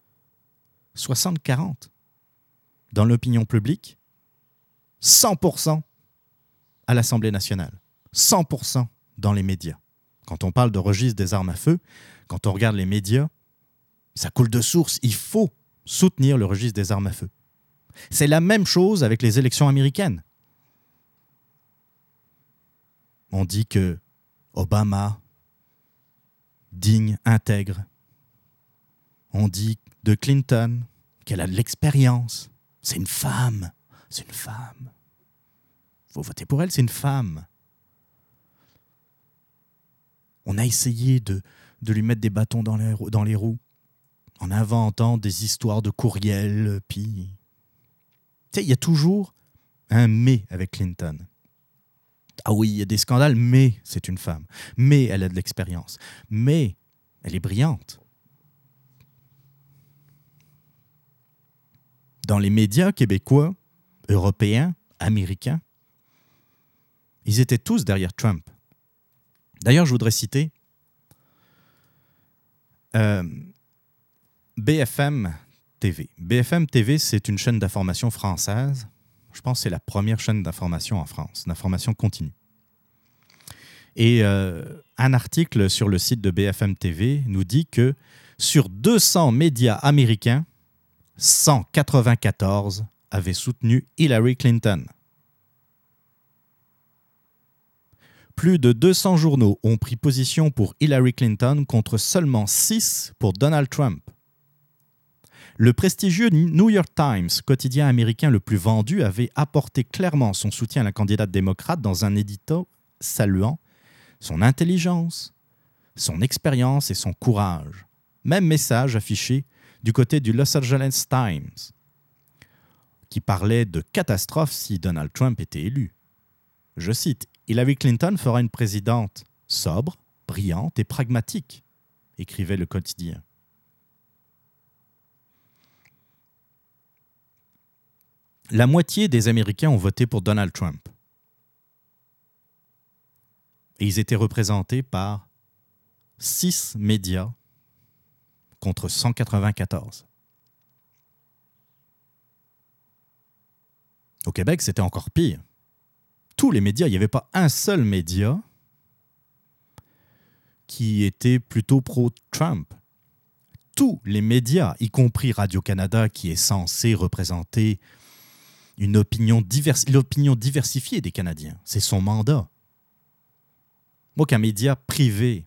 60-40. Dans l'opinion publique, 100% à l'Assemblée nationale. 100% dans les médias. Quand on parle de registre des armes à feu, quand on regarde les médias, ça coule de source. Il faut soutenir le registre des armes à feu. C'est la même chose avec les élections américaines. On dit que Obama, digne, intègre. On dit de Clinton qu'elle a de l'expérience. C'est une femme. C'est une femme. Il faut voter pour elle, c'est une femme. On a essayé de lui mettre des bâtons dans les roues en inventant des histoires de courriels. Puis, tu sais, il y a toujours un « mais » avec Clinton. Ah oui, il y a des scandales, mais c'est une femme. Mais elle a de l'expérience. Mais elle est brillante. Dans les médias québécois, européens, américains, ils étaient tous derrière Trump. D'ailleurs, je voudrais citer BFM TV. BFM TV, c'est une chaîne d'information française. Je pense que c'est la première chaîne d'information en France, d'information continue. Et un article sur le site de BFM TV nous dit que sur 200 médias américains, 194 avaient soutenu Hillary Clinton. Plus de 200 journaux ont pris position pour Hillary Clinton contre seulement 6 pour Donald Trump. Le prestigieux New York Times, quotidien américain le plus vendu, avait apporté clairement son soutien à la candidate démocrate dans un édito saluant son intelligence, son expérience et son courage. Même message affiché du côté du Los Angeles Times, qui parlait de catastrophe si Donald Trump était élu. Je cite, « Hillary Clinton fera une présidente sobre, brillante et pragmatique », écrivait le quotidien. La moitié des Américains ont voté pour Donald Trump. Et ils étaient représentés par 6 médias contre 194. Au Québec, c'était encore pire. Tous les médias, il n'y avait pas un seul média qui était plutôt pro-Trump. Tous les médias, y compris Radio-Canada, qui est censé représenter l'opinion diversifiée des Canadiens. C'est son mandat. Moi, qu'un média privé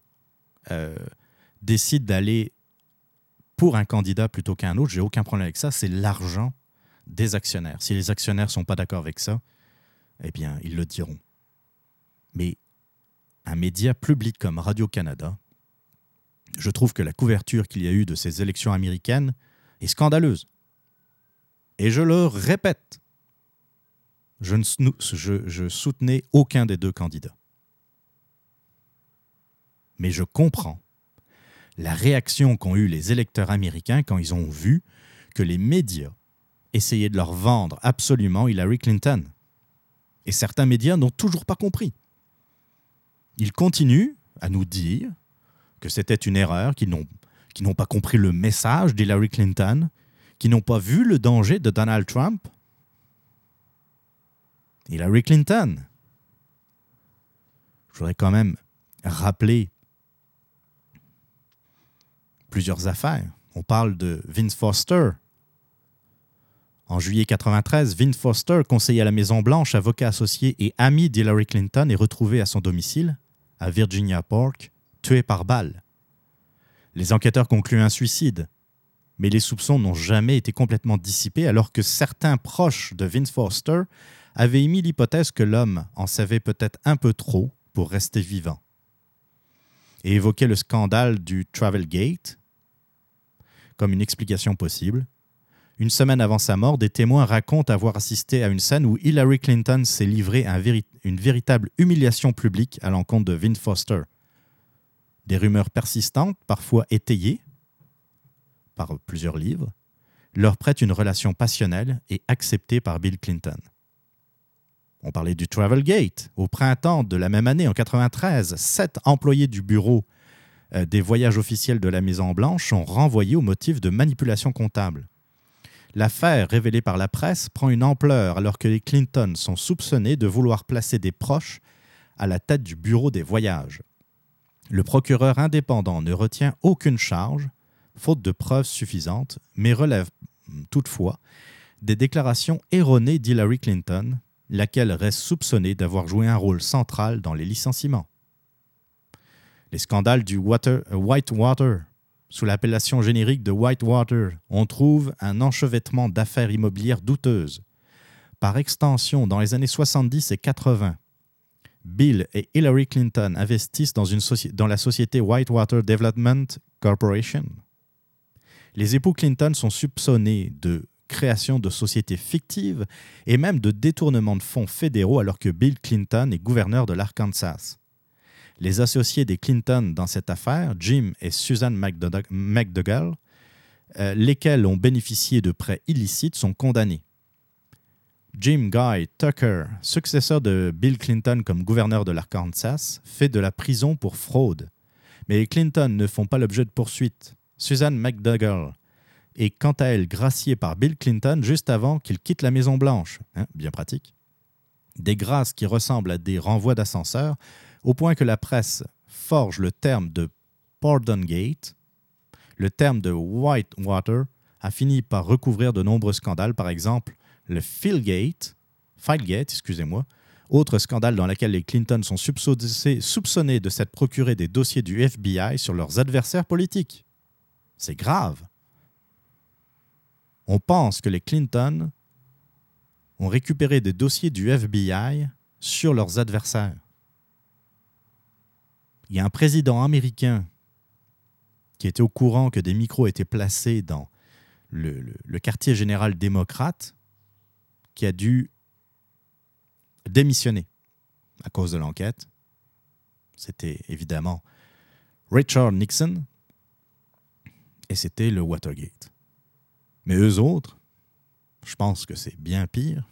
décide d'aller pour un candidat plutôt qu'un autre, j'ai aucun problème avec ça. C'est l'argent des actionnaires. Si les actionnaires ne sont pas d'accord avec ça, eh bien, ils le diront. Mais un média public comme Radio-Canada, je trouve que la couverture qu'il y a eu de ces élections américaines est scandaleuse. Et je le répète, je soutenais aucun des deux candidats. Mais je comprends la réaction qu'ont eue les électeurs américains quand ils ont vu que les médias essayaient de leur vendre absolument Hillary Clinton. Et certains médias n'ont toujours pas compris. Ils continuent à nous dire que c'était une erreur, qu'ils qui n'ont pas compris le message d'Hillary Clinton, qui n'ont pas vu le danger de Donald Trump. Hillary Clinton. Je voudrais quand même rappeler plusieurs affaires. On parle de Vince Foster. En juillet 1993, Vince Foster, conseiller à la Maison-Blanche, avocat associé et ami d'Hillary Clinton, est retrouvé à son domicile, à Virginia Park, tué par balle. Les enquêteurs concluent un suicide, mais les soupçons n'ont jamais été complètement dissipés alors que certains proches de Vince Foster avaient émis l'hypothèse que l'homme en savait peut-être un peu trop pour rester vivant et évoquaient le scandale du Travelgate comme une explication possible. Une semaine avant sa mort, des témoins racontent avoir assisté à une scène où Hillary Clinton s'est livrée à une véritable humiliation publique à l'encontre de Vince Foster. Des rumeurs persistantes, parfois étayées par plusieurs livres, leur prêtent une relation passionnelle et acceptée par Bill Clinton. On parlait du Travelgate. Au printemps de la même année, en 1993, 7 employés du bureau des voyages officiels de la Maison-Blanche sont renvoyés au motif de manipulation comptable. L'affaire, révélée par la presse, prend une ampleur alors que les Clinton sont soupçonnés de vouloir placer des proches à la tête du bureau des voyages. Le procureur indépendant ne retient aucune charge, faute de preuves suffisantes, mais relève toutefois des déclarations erronées d'Hillary Clinton, laquelle reste soupçonnée d'avoir joué un rôle central dans les licenciements. Les scandales du Whitewater, sous l'appellation générique de Whitewater, on trouve un enchevêtrement d'affaires immobilières douteuses. Par extension, dans les années 70 et 80, Bill et Hillary Clinton investissent dans la société Whitewater Development Corporation. Les époux Clinton sont soupçonnés de création de sociétés fictives et même de détournement de fonds fédéraux alors que Bill Clinton est gouverneur de l'Arkansas. Les associés des Clinton dans cette affaire, Jim et Susan McDougall, lesquels ont bénéficié de prêts illicites, sont condamnés. Jim Guy Tucker, successeur de Bill Clinton comme gouverneur de l'Arkansas, fait de la prison pour fraude. Mais les Clinton ne font pas l'objet de poursuites. Susan McDougall est quant à elle graciée par Bill Clinton juste avant qu'il quitte la Maison-Blanche. Bien pratique. Des grâces qui ressemblent à des renvois d'ascenseur, au point que la presse forge le terme de Pardongate. Le terme de Whitewater a fini par recouvrir de nombreux scandales, par exemple le Filegate, autre scandale dans lequel les Clinton sont soupçonnés de s'être procuré des dossiers du FBI sur leurs adversaires politiques. C'est grave. On pense que les Clinton ont récupéré des dossiers du FBI sur leurs adversaires. Il y a un président américain qui était au courant que des micros étaient placés dans le quartier général démocrate qui a dû démissionner à cause de l'enquête. C'était évidemment Richard Nixon et c'était le Watergate. Mais eux autres, je pense que c'est bien pire.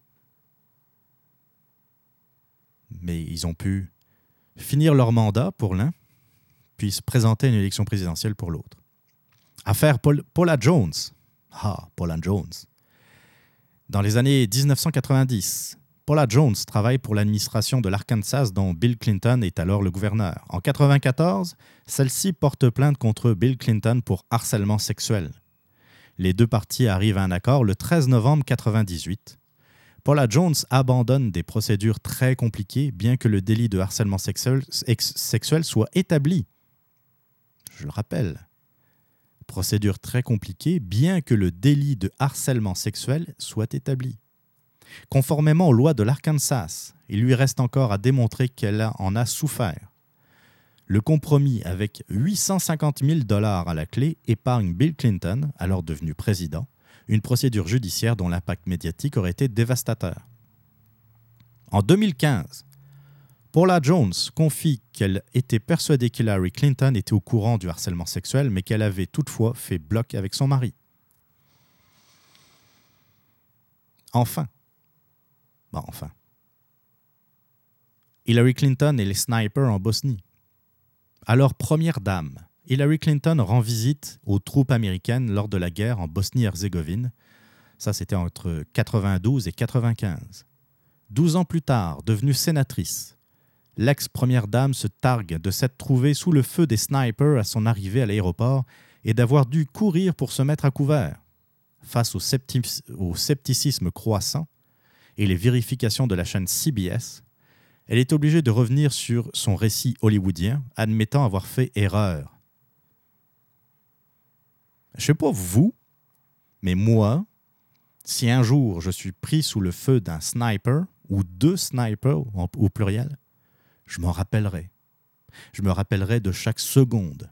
Mais ils ont pu finir leur mandat pour l'un, puis se présenter à une élection présidentielle pour l'autre. Affaire Paula Jones. Paula Jones. Dans les années 1990, Paula Jones travaille pour l'administration de l'Arkansas dont Bill Clinton est alors le gouverneur. En 1994, celle-ci porte plainte contre Bill Clinton pour harcèlement sexuel. Les deux parties arrivent à un accord le 13 novembre 1998. Paula Jones abandonne des procédures très compliquées, bien que le délit de harcèlement sexuel soit établi. Je le rappelle. Procédure très compliquée, bien que le délit de harcèlement sexuel soit établi. Conformément aux lois de l'Arkansas, il lui reste encore à démontrer qu'elle en a souffert. Le compromis avec 850 000 $ à la clé épargne Bill Clinton, alors devenu président, une procédure judiciaire dont l'impact médiatique aurait été dévastateur. En 2015, Paula Jones confie qu'elle était persuadée qu'Hillary Clinton était au courant du harcèlement sexuel, mais qu'elle avait toutefois fait bloc avec son mari. Enfin, Hillary Clinton et les snipers en Bosnie. Alors première dame, Hillary Clinton rend visite aux troupes américaines lors de la guerre en Bosnie-Herzégovine. Ça, c'était entre 92 et 95. 12 ans plus tard, devenue sénatrice, l'ex-première dame se targue de s'être trouvée sous le feu des snipers à son arrivée à l'aéroport et d'avoir dû courir pour se mettre à couvert. Face au scepticisme croissant et les vérifications de la chaîne CBS, elle est obligée de revenir sur son récit hollywoodien, admettant avoir fait erreur. Je ne sais pas vous, mais moi, si un jour je suis pris sous le feu d'un sniper ou deux snipers au pluriel, je m'en rappellerai. Je me rappellerai de chaque seconde.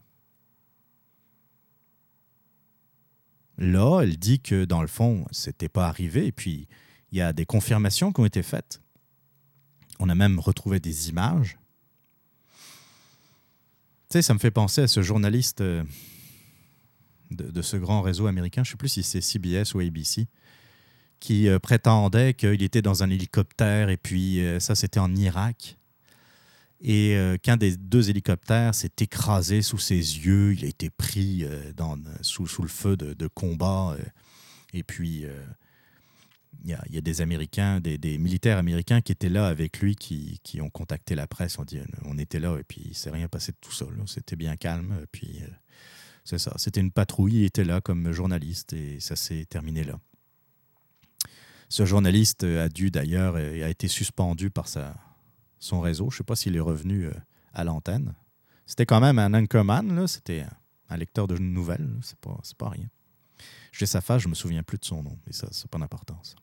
Là, elle dit que dans le fond, c'était pas arrivé. Et puis, il y a des confirmations qui ont été faites. On a même retrouvé des images. Tu sais, ça me fait penser à ce journaliste de ce grand réseau américain, je ne sais plus si c'est CBS ou ABC, qui prétendait qu'il était dans un hélicoptère et puis ça, c'était en Irak. Et qu'un des deux hélicoptères s'est écrasé sous ses yeux. Il a été pris sous le feu de combat. Et puis, il y a des Américains, des militaires américains qui étaient là avec lui, qui ont contacté la presse. On dit, on était là et puis il ne s'est rien passé de tout ça. C'était bien calme. Et puis, c'est ça. C'était une patrouille. Il était là comme journaliste et ça s'est terminé là. Ce journaliste a dû d'ailleurs, a été suspendu par son réseau. Je ne sais pas s'il est revenu à l'antenne. C'était quand même un anchorman, là. C'était un lecteur de nouvelles. Là. C'est pas rien. J'ai sa face, je ne me souviens plus de son nom, mais ça n'a pas d'importance.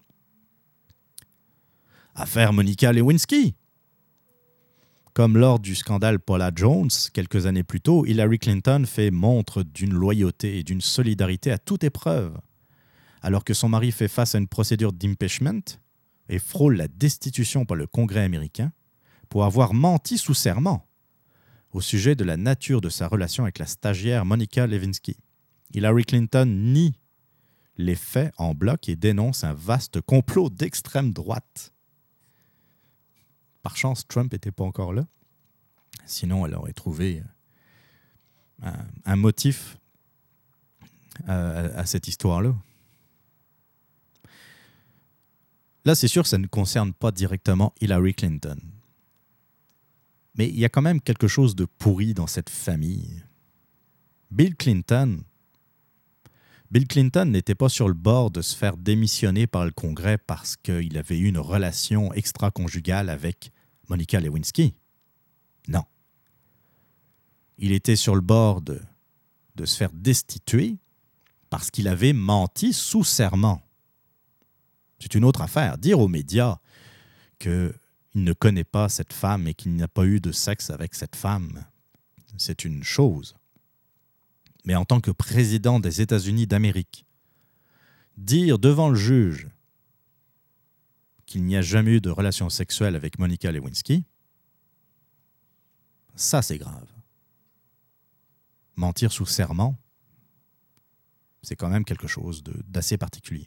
Affaire Monica Lewinsky. Comme lors du scandale Paula Jones, quelques années plus tôt, Hillary Clinton fait montre d'une loyauté et d'une solidarité à toute épreuve. Alors que son mari fait face à une procédure d'impeachment et frôle la destitution par le Congrès américain pour avoir menti sous serment au sujet de la nature de sa relation avec la stagiaire Monica Lewinsky. Hillary Clinton nie les faits en bloc et dénonce un vaste complot d'extrême droite. Par chance, Trump n'était pas encore là. Sinon, elle aurait trouvé un motif à cette histoire-là. Là, c'est sûr que ça ne concerne pas directement Hillary Clinton. Mais il y a quand même quelque chose de pourri dans cette famille. Bill Clinton n'était pas sur le bord de se faire démissionner par le Congrès parce qu'il avait eu une relation extra-conjugale avec Monica Lewinsky. Non. Il était sur le bord de se faire destituer parce qu'il avait menti sous serment. C'est une autre affaire. Dire aux médias qu'il ne connaît pas cette femme et qu'il n'a pas eu de sexe avec cette femme, c'est une chose. Mais en tant que président des États-Unis d'Amérique, dire devant le juge qu'il n'y a jamais eu de relation sexuelle avec Monica Lewinsky, ça c'est grave. Mentir sous serment, c'est quand même quelque chose d'assez particulier.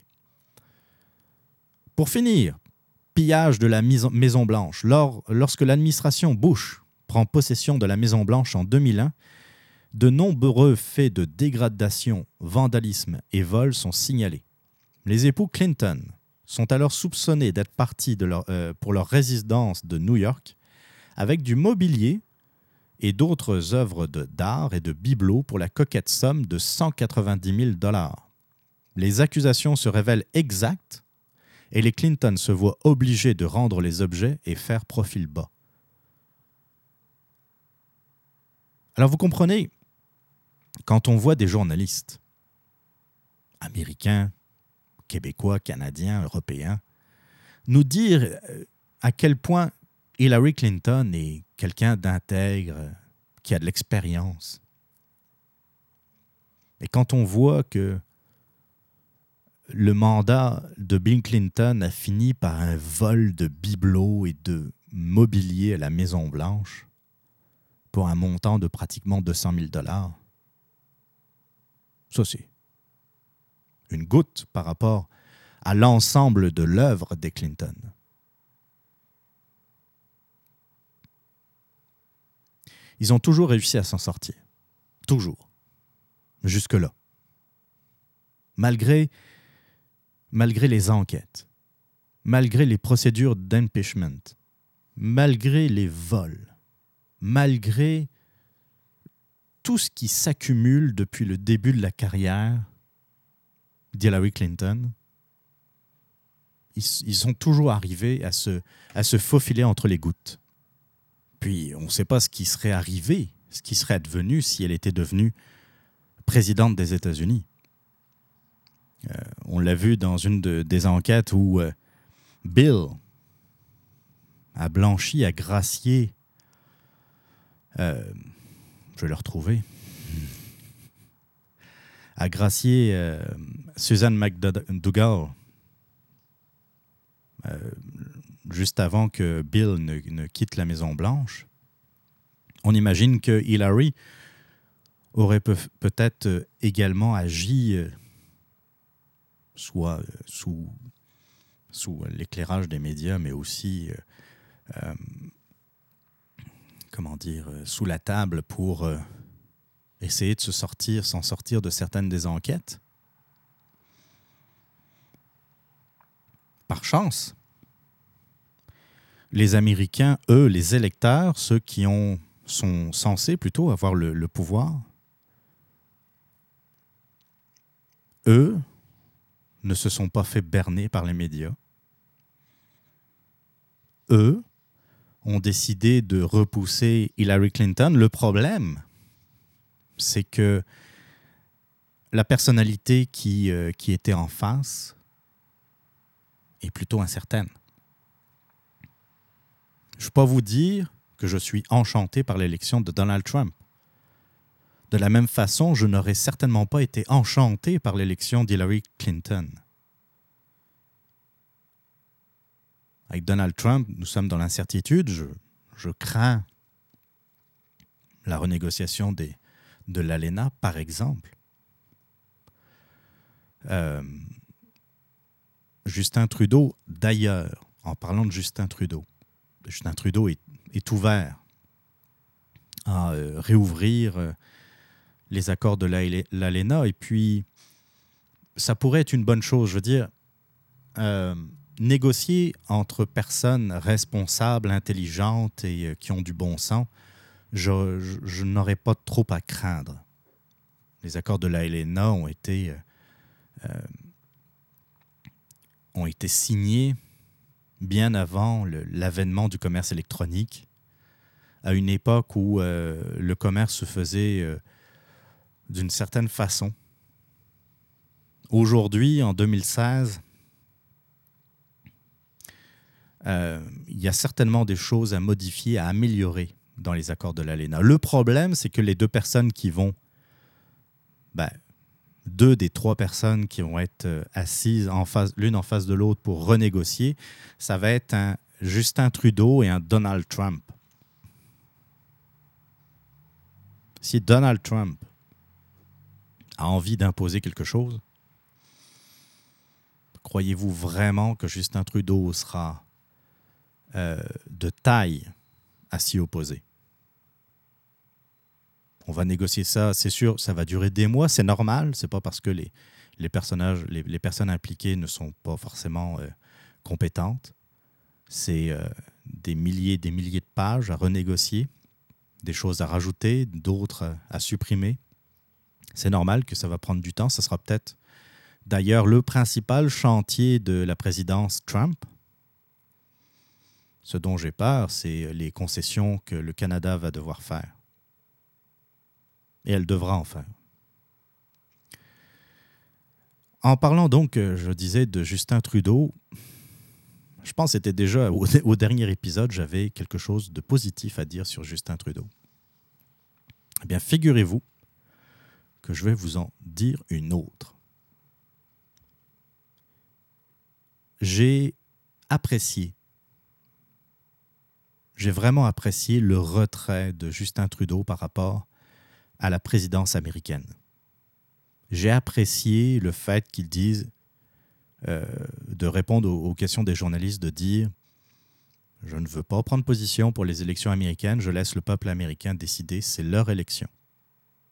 Pour finir, pillage de la Maison-Blanche. Lorsque l'administration Bush prend possession de la Maison-Blanche en 2001, de nombreux faits de dégradation, vandalisme et vol sont signalés. Les époux Clinton sont alors soupçonnés d'être partis pour leur résidence de New York avec du mobilier et d'autres œuvres d'art et de bibelots pour la coquette somme de 190 000 $. Les accusations se révèlent exactes et les Clinton se voient obligés de rendre les objets et faire profil bas. Alors vous comprenez, quand on voit des journalistes américains, québécois, canadiens, européens, nous dire à quel point Hillary Clinton est quelqu'un d'intègre, qui a de l'expérience. Et quand on voit que le mandat de Bill Clinton a fini par un vol de bibelots et de mobilier à la Maison-Blanche pour un montant de pratiquement 200 000 $, ça c'est une goutte par rapport à l'ensemble de l'œuvre des Clinton. Ils ont toujours réussi à s'en sortir. Toujours. Jusque-là. Malgré les enquêtes, malgré les procédures d'impeachment, malgré les vols, malgré tout ce qui s'accumule depuis le début de la carrière d'Hillary Clinton, ils sont toujours arrivés à se faufiler entre les gouttes. Puis, on ne sait pas ce qui serait arrivé, ce qui serait advenu si elle était devenue présidente des États-Unis. On l'a vu dans une des enquêtes où Bill a blanchi, a gracié. Je vais le retrouver. A gracié Susan McDougal juste avant que Bill ne quitte la Maison-Blanche. On imagine que Hillary aurait peut-être également agi soit sous l'éclairage des médias, mais aussi sous la table pour essayer de s'en sortir de certaines des enquêtes. Par chance, les Américains, eux, les électeurs, ceux qui sont censés plutôt avoir le pouvoir, eux ne se sont pas fait berner par les médias. Eux ont décidé de repousser Hillary Clinton. Le problème, c'est que la personnalité qui était en face est plutôt incertaine. Je ne vais pas vous dire que je suis enchanté par l'élection de Donald Trump. De la même façon, je n'aurais certainement pas été enchanté par l'élection d'Hillary Clinton. Avec Donald Trump, nous sommes dans l'incertitude. Je crains la renégociation de l'ALENA, par exemple. Justin Trudeau, d'ailleurs, en parlant de Justin Trudeau est ouvert à réouvrir les accords de l'ALENA. Et puis, ça pourrait être une bonne chose. Je veux dire, négocier entre personnes responsables, intelligentes et qui ont du bon sens, je n'aurais pas trop à craindre. Les accords de l'ALENA ont été signés bien avant l'avènement du commerce électronique, à une époque où le commerce se faisait d'une certaine façon. Aujourd'hui, en 2016, il y a certainement des choses à modifier, à améliorer dans les accords de l'ALENA. Le problème, c'est que les deux personnes qui vont... deux des trois personnes qui vont être assises l'une en face de l'autre pour renégocier, ça va être un Justin Trudeau et un Donald Trump. Si Donald Trump a envie d'imposer quelque chose, croyez-vous vraiment que Justin Trudeau sera de taille à s'y opposer? On va négocier ça, c'est sûr, ça va durer des mois, c'est normal. C'est pas parce que les personnes impliquées ne sont pas forcément compétentes. C'est des milliers de pages à renégocier, des choses à rajouter, d'autres à supprimer. C'est normal que ça va prendre du temps. Ça sera peut-être d'ailleurs le principal chantier de la présidence Trump. Ce dont j'ai peur, c'est les concessions que le Canada va devoir faire. Et elle devra en faire. En parlant donc, je disais, de Justin Trudeau, je pense que c'était déjà au dernier épisode, j'avais quelque chose de positif à dire sur Justin Trudeau. Eh bien, figurez-vous que je vais vous en dire une autre. J'ai vraiment apprécié le retrait de Justin Trudeau par rapport à la présidence américaine. J'ai apprécié le fait qu'ils disent, de répondre aux questions des journalistes, de dire « Je ne veux pas prendre position pour les élections américaines, je laisse le peuple américain décider, c'est leur élection. »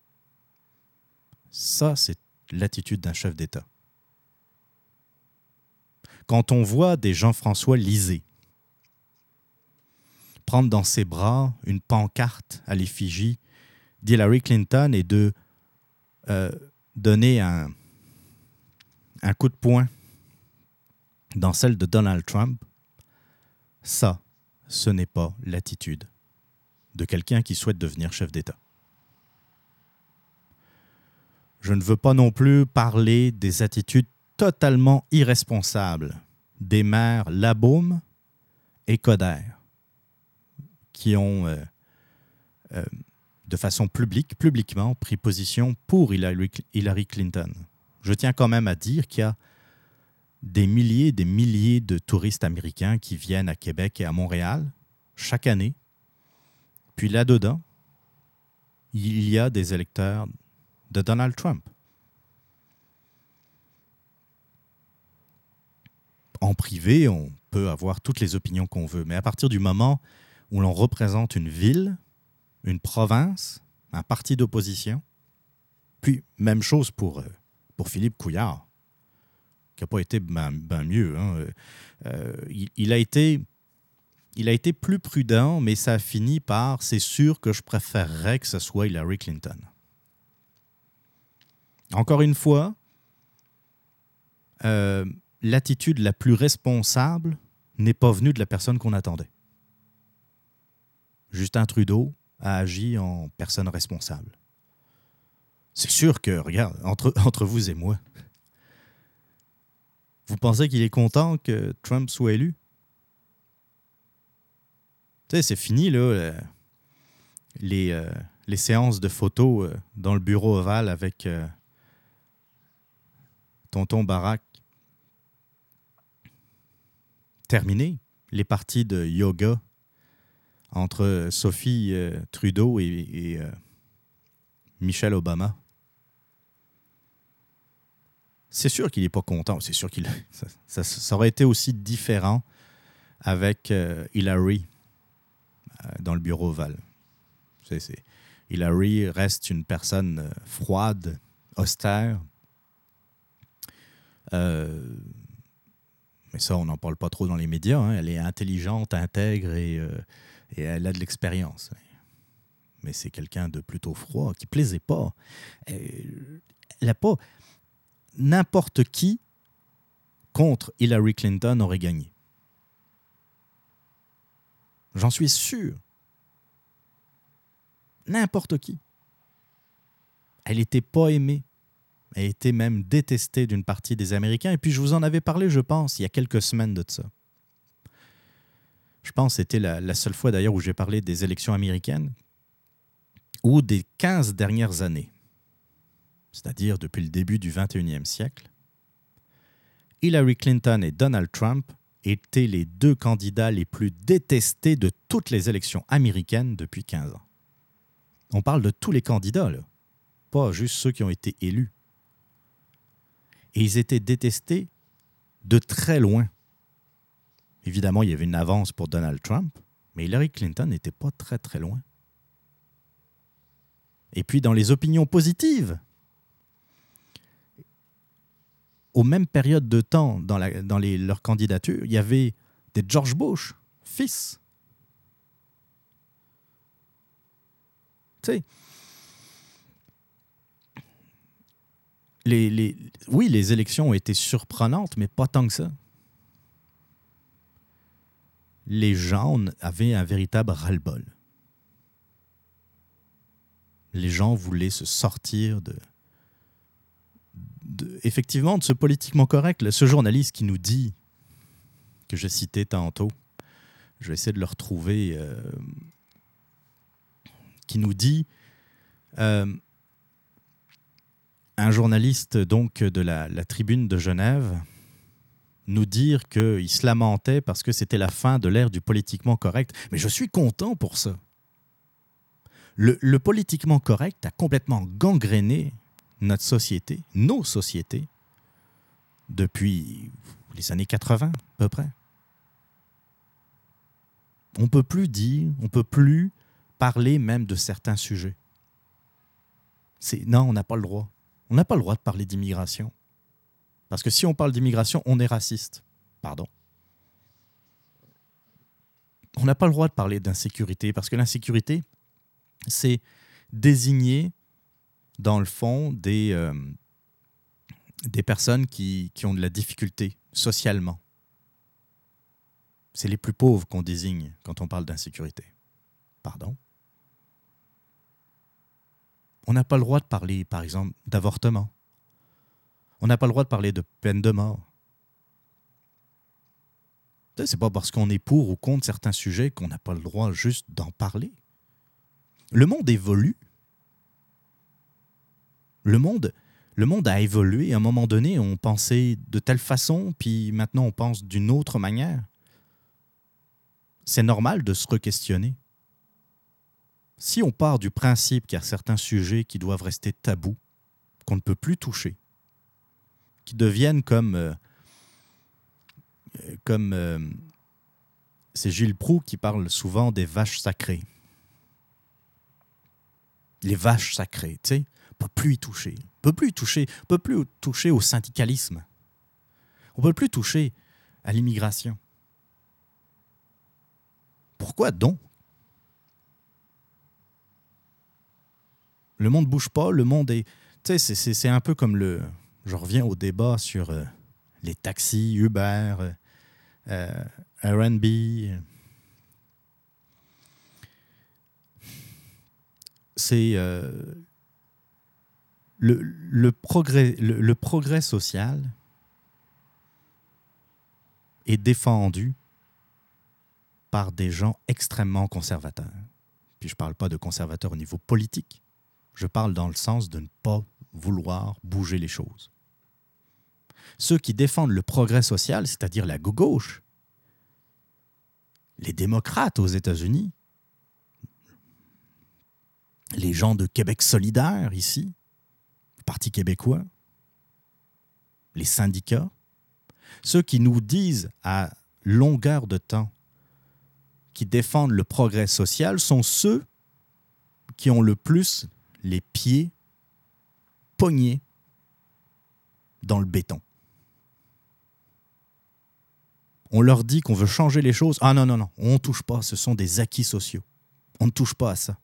Ça, c'est l'attitude d'un chef d'État. Quand on voit des Jean-François Lisée prendre dans ses bras une pancarte à l'effigie d'Hillary Clinton et de donner un coup de poing dans celle de Donald Trump, ça, ce n'est pas l'attitude de quelqu'un qui souhaite devenir chef d'État. Je ne veux pas non plus parler des attitudes totalement irresponsables des maires Labaume et Coder, qui ont, de façon publiquement, pris position pour Hillary Clinton. Je tiens quand même à dire qu'il y a des milliers de touristes américains qui viennent à Québec et à Montréal chaque année. Puis là-dedans, il y a des électeurs de Donald Trump. En privé, on peut avoir toutes les opinions qu'on veut, mais à partir du moment où l'on représente une ville, une province, un parti d'opposition, puis même chose pour Philippe Couillard, qui n'a pas été ben mieux. Hein. Il a été plus prudent, mais ça a fini par « c'est sûr que je préférerais que ce soit Hillary Clinton ». Encore une fois, l'attitude la plus responsable n'est pas venue de la personne qu'on attendait. Justin Trudeau a agi en personne responsable. C'est sûr que, regarde, entre vous et moi, vous pensez qu'il est content que Trump soit élu? Tu sais, c'est fini, là, les séances de photos dans le bureau ovale avec tonton Barack. Terminé. Les parties de yoga entre Sophie Trudeau et Michelle Obama. C'est sûr qu'il n'est pas content. C'est sûr qu'il ça aurait été aussi différent avec Hillary dans le bureau ovale. Hillary reste une personne froide, austère. Mais ça, on n'en parle pas trop dans les médias. Hein. Elle est intelligente, intègre et elle a de l'expérience. Mais c'est quelqu'un de plutôt froid, qui ne plaisait pas. Elle n'a pas... N'importe qui contre Hillary Clinton aurait gagné. J'en suis sûr. N'importe qui. Elle n'était pas aimée. Elle était même détestée d'une partie des Américains. Et puis, je vous en avais parlé, je pense, il y a quelques semaines de ça. Je pense que c'était la seule fois, d'ailleurs, où j'ai parlé des élections américaines ou des 15 dernières années, c'est-à-dire depuis le début du 21e siècle. Hillary Clinton et Donald Trump étaient les deux candidats les plus détestés de toutes les élections américaines depuis 15 ans. On parle de tous les candidats, là, pas juste ceux qui ont été élus. Et ils étaient détestés de très loin. Évidemment, il y avait une avance pour Donald Trump, mais Hillary Clinton n'était pas très, très loin. Et puis, dans les opinions positives, aux mêmes périodes de temps dans leur candidature, il y avait des George Bush, fils. Tu sais, oui, les élections ont été surprenantes, mais pas tant que ça. Les gens avaient un véritable ras-le-bol. Les gens voulaient se sortir effectivement, de ce politiquement correct. Ce journaliste qui nous dit, que je citais tantôt, je vais essayer de le retrouver, qui nous dit, un journaliste donc de la Tribune de Genève, nous dire qu'il se lamentait parce que c'était la fin de l'ère du politiquement correct. Mais je suis content pour ça. Le politiquement correct a complètement gangréné notre société, nos sociétés, depuis les années 80 à peu près. On ne peut plus dire, on ne peut plus parler même de certains sujets. Non, on n'a pas le droit. On n'a pas le droit de parler d'immigration. Parce que si on parle d'immigration, on est raciste. Pardon. On n'a pas le droit de parler d'insécurité, parce que l'insécurité, c'est désigner, dans le fond, des personnes qui ont de la difficulté socialement. C'est les plus pauvres qu'on désigne quand on parle d'insécurité. Pardon. On n'a pas le droit de parler, par exemple, d'avortement. On n'a pas le droit de parler de peine de mort. C'est pas parce qu'on est pour ou contre certains sujets qu'on n'a pas le droit juste d'en parler. Le monde évolue. Le monde a évolué. À un moment donné, on pensait de telle façon, puis maintenant on pense d'une autre manière. C'est normal de se re-questionner. Si on part du principe qu'il y a certains sujets qui doivent rester tabous, qu'on ne peut plus toucher, qui deviennent comme c'est Gilles Proulx qui parle souvent des vaches sacrées. Les vaches sacrées, tu sais, on ne peut plus y toucher. On ne peut plus toucher au syndicalisme. On ne peut plus toucher à l'immigration. Pourquoi donc? Le monde ne bouge pas, le monde est... Tu sais, c'est un peu comme le... Je reviens au débat sur les taxis, Uber, Airbnb. C'est le progrès social est défendu par des gens extrêmement conservateurs. Puis je ne parle pas de conservateurs au niveau politique. Je parle dans le sens de ne pas vouloir bouger les choses. Ceux qui défendent le progrès social, c'est-à-dire la gauche, les démocrates aux États-Unis, les gens de Québec solidaire ici, le Parti québécois, les syndicats, ceux qui nous disent à longueur de temps qui défendent le progrès social sont ceux qui ont le plus les pieds pognés dans le béton. On leur dit qu'on veut changer les choses. Ah non, on ne touche pas, ce sont des acquis sociaux. On ne touche pas à ça.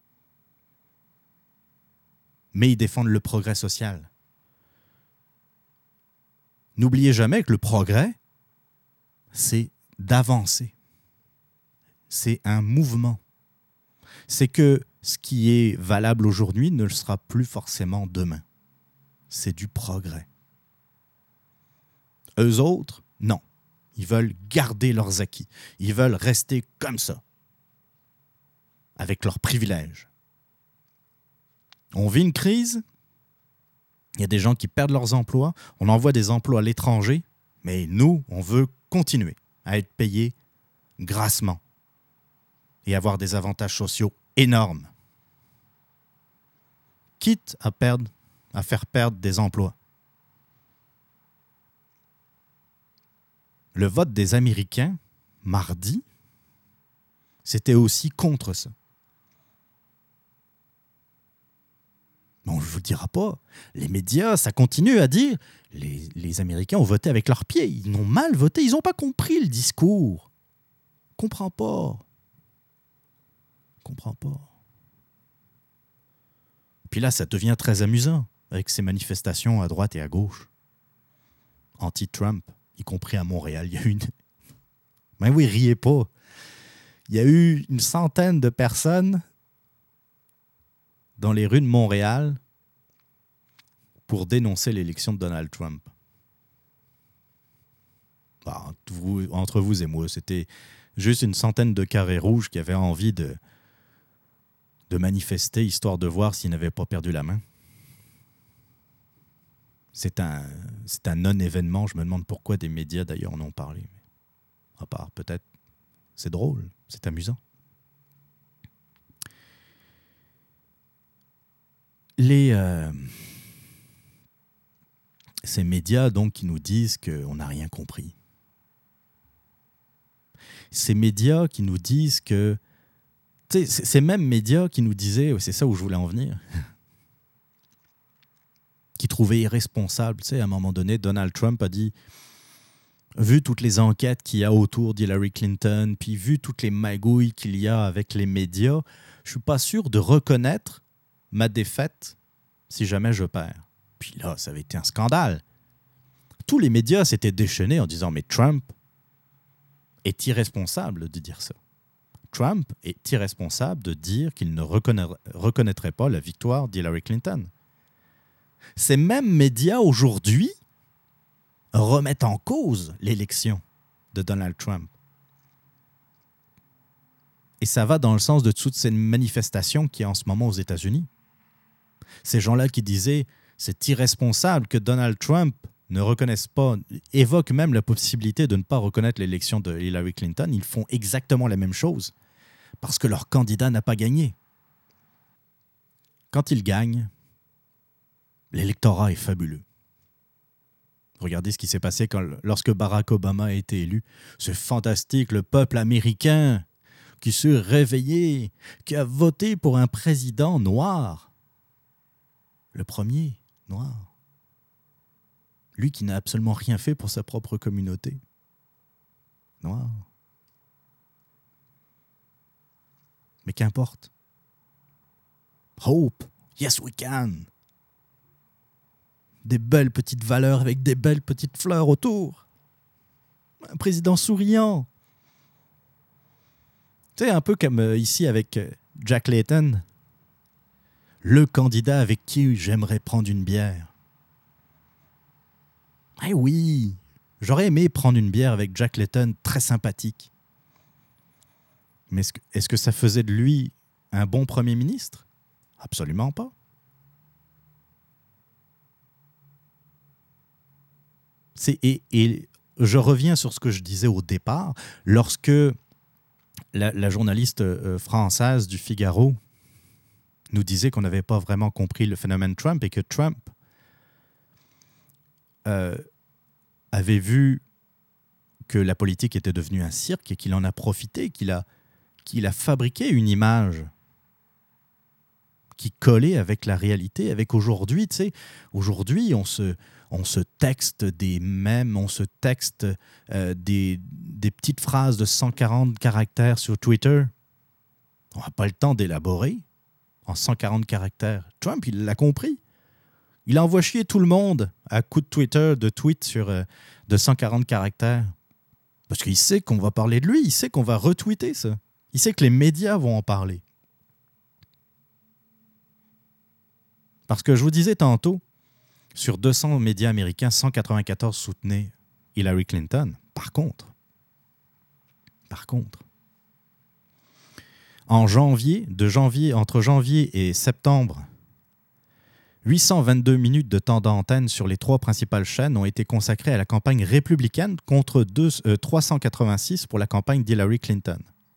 Mais ils défendent le progrès social. N'oubliez jamais que le progrès, c'est d'avancer. C'est un mouvement. C'est que ce qui est valable aujourd'hui ne le sera plus forcément demain. C'est du progrès. Eux autres, non. Ils veulent garder leurs acquis. Ils veulent rester comme ça, avec leurs privilèges. On vit une crise, il y a des gens qui perdent leurs emplois, on envoie des emplois à l'étranger, mais nous, on veut continuer à être payés grassement et avoir des avantages sociaux énormes, quitte à faire perdre des emplois. Le vote des Américains, mardi, c'était aussi contre ça. Bon, je ne vous le dirai pas. Les médias, ça continue à dire les Américains ont voté avec leurs pieds. Ils ont mal voté. Ils n'ont pas compris le discours. Comprends pas. Puis là, ça devient très amusant avec ces manifestations à droite et à gauche. Anti-Trump, y compris à Montréal. Il y a eu une... Ben oui, riez pas. Il y a eu une centaine de personnes dans les rues de Montréal pour dénoncer l'élection de Donald Trump. Bah, entre vous et moi, c'était juste une centaine de carrés rouges qui avaient envie de manifester, histoire de voir s'ils n'avaient pas perdu la main. C'est un non-événement. Je me demande pourquoi des médias, d'ailleurs, en ont parlé. À part, peut-être, c'est drôle, c'est amusant. Ces médias donc qui nous disent qu'on n'a rien compris. Ces médias qui nous disent que... Tu sais, ces mêmes médias qui nous disaient, c'est ça où je voulais en venir, qu'il trouvait irresponsable. Tu sais, à un moment donné, Donald Trump a dit, vu toutes les enquêtes qu'il y a autour d'Hillary Clinton, puis vu toutes les magouilles qu'il y a avec les médias, je ne suis pas sûr de reconnaître ma défaite si jamais je perds. Puis là, ça avait été un scandale. Tous les médias s'étaient déchaînés en disant « Mais Trump est irresponsable de dire ça. Trump est irresponsable de dire qu'il ne reconnaîtrait pas la victoire d'Hillary Clinton. » Ces mêmes médias aujourd'hui remettent en cause l'élection de Donald Trump. Et ça va dans le sens de toutes ces manifestations qu'il y a en ce moment aux États-Unis. Ces gens-là qui disaient « c'est irresponsable que Donald Trump ne reconnaisse pas, évoquent même la possibilité de ne pas reconnaître l'élection de Hillary Clinton. » Ils font exactement la même chose parce que leur candidat n'a pas gagné. Quand il gagne, l'électorat est fabuleux. Regardez ce qui s'est passé lorsque Barack Obama a été élu. C'est fantastique, le peuple américain qui s'est réveillé, qui a voté pour un président noir. Le premier noir. Lui qui n'a absolument rien fait pour sa propre communauté. Noir. Mais qu'importe. Hope, yes we can. Des belles petites valeurs avec des belles petites fleurs autour. Un président souriant. Tu sais, un peu comme ici avec Jack Layton, le candidat avec qui j'aimerais prendre une bière. Eh oui, j'aurais aimé prendre une bière avec Jack Layton, très sympathique. Mais est-ce que ça faisait de lui un bon Premier ministre? Absolument pas. Et je reviens sur ce que je disais au départ, lorsque la journaliste française du Figaro nous disait qu'on n'avait pas vraiment compris le phénomène Trump et que Trump avait vu que la politique était devenue un cirque et qu'il en a profité, qu'il a fabriqué une image qui collait avec la réalité, avec aujourd'hui. Tu sais, aujourd'hui, on se texte des mèmes, on se texte des petites phrases de 140 caractères sur Twitter. On n'a pas le temps d'élaborer en 140 caractères. Trump, il l'a compris. Il envoie chier tout le monde à coups de Twitter, de tweets de 140 caractères. Parce qu'il sait qu'on va parler de lui, il sait qu'on va retweeter ça. Il sait que les médias vont en parler. Parce que je vous disais tantôt, sur 200 médias américains, 194 soutenaient Hillary Clinton. Par contre, entre janvier et septembre, 822 minutes de temps d'antenne sur les 3 principales chaînes ont été consacrées à la campagne républicaine contre 386 pour la campagne d'Hillary Clinton.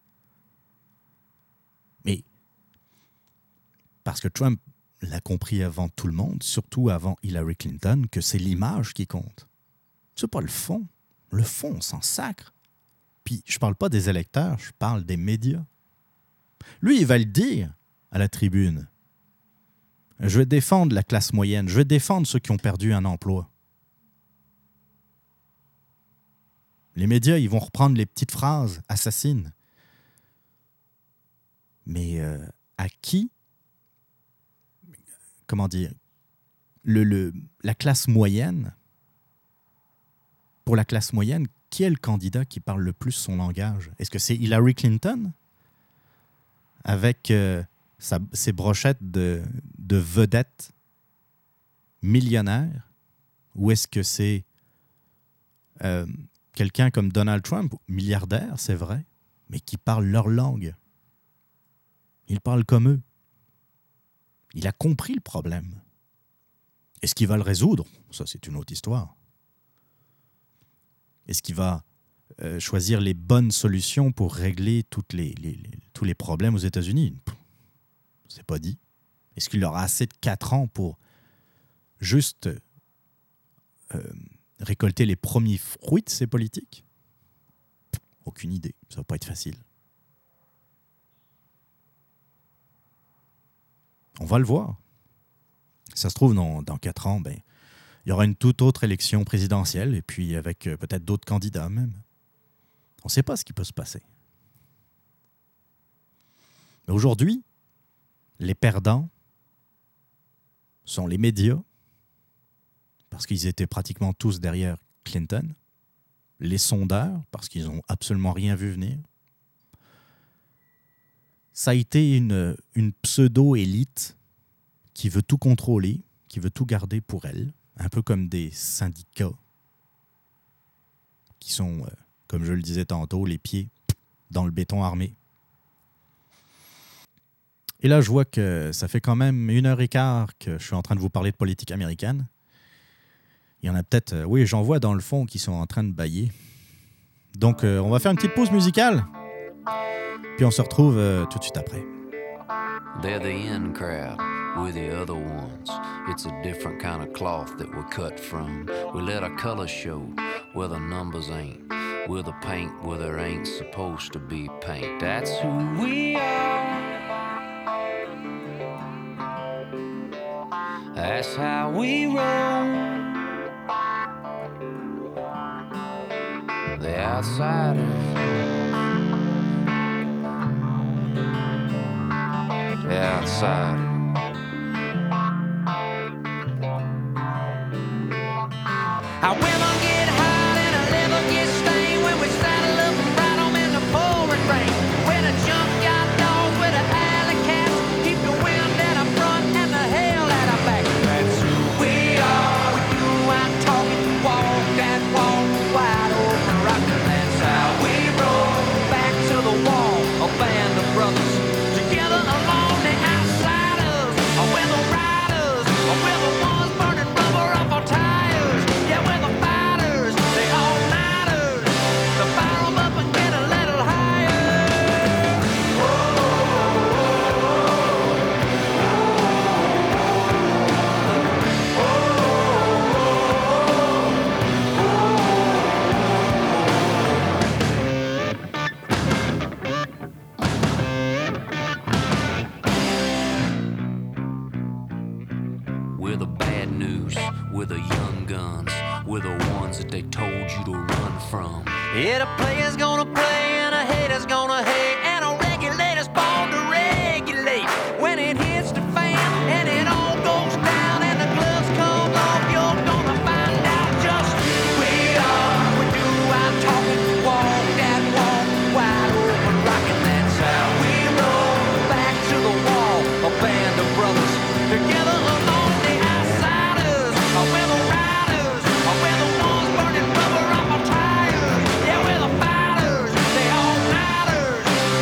Mais parce que Trump l'a compris avant tout le monde, surtout avant Hillary Clinton, que c'est l'image qui compte. C'est pas le fond. Le fond, on s'en sacre. Puis, je parle pas des électeurs, je parle des médias. Lui, il va le dire à la tribune. Je vais défendre la classe moyenne, je vais défendre ceux qui ont perdu un emploi. Les médias, ils vont reprendre les petites phrases assassines. Mais à qui, comment dire, la classe moyenne, pour la classe moyenne, qui est le candidat qui parle le plus son langage? Est-ce que c'est Hillary Clinton avec ses brochettes de vedettes millionnaires? Ou est-ce que c'est quelqu'un comme Donald Trump, milliardaire, c'est vrai, mais qui parle leur langue? Il parle comme eux. Il a compris le problème. Est-ce qu'il va le résoudre? Ça, c'est une autre histoire. Est-ce qu'il va choisir les bonnes solutions pour régler tous les problèmes aux États-Unis? C'est pas dit. Est-ce qu'il aura assez de 4 ans pour juste récolter les premiers fruits de ses politiques? Aucune idée. Ça va pas être facile. On va le voir. Ça se trouve, dans 4 ans, ben, il y aura une toute autre élection présidentielle, et puis avec peut-être d'autres candidats même. On ne sait pas ce qui peut se passer. Mais aujourd'hui, les perdants sont les médias, parce qu'ils étaient pratiquement tous derrière Clinton, les sondeurs, parce qu'ils n'ont absolument rien vu venir. Ça a été une pseudo-élite qui veut tout contrôler, qui veut tout garder pour elle, un peu comme des syndicats qui sont, comme je le disais tantôt, les pieds dans le béton armé. Et là, je vois que ça fait quand même 1h15 que je suis en train de vous parler de politique américaine. Il y en a peut-être, oui, j'en vois dans le fond qui sont en train de bâiller. Donc, on va faire une petite pause musicale. Puis on se retrouve tout de suite après. They're the in crowd, we're the other ones. It's a different kind of cloth that we're cut from. We let our colors show where the numbers ain't. We're the paint where there ain't supposed to be paint. That's who we are. That's how we roll. The outsiders. The outsider. Our women get hot and our leather gets stained when we saddle up and ride 'em in the pouring rain. We're the junkyard dogs with the alley cats, keep the wind at our front and the hell at our back. That's who we are. We do our talking, walk that walk, wide open rockin'. That's how we roll. Back to the wall, a band of brothers together along the outsiders. We're the riders, we're the ones burning rubber off our tires. Yeah, we're the fighters, the all-nighters. So fire 'em up and get a little higher. We're the bad news, we're the young guns, we're the ones that they told you to run from. Yeah, the player's gonna play and a hater's gonna hate, and a regulator's born to regulate. When it hits the fan and it all goes down and the gloves come off, you're gonna find out just who we are. We do our talking, walk that walk, wide open rockin'. That's how we roll. Back to the wall, a band of brothers together along the outsiders. We're the riders, we're the ones burning rubber off our tires. Yeah, we're the fighters, the all-nighters.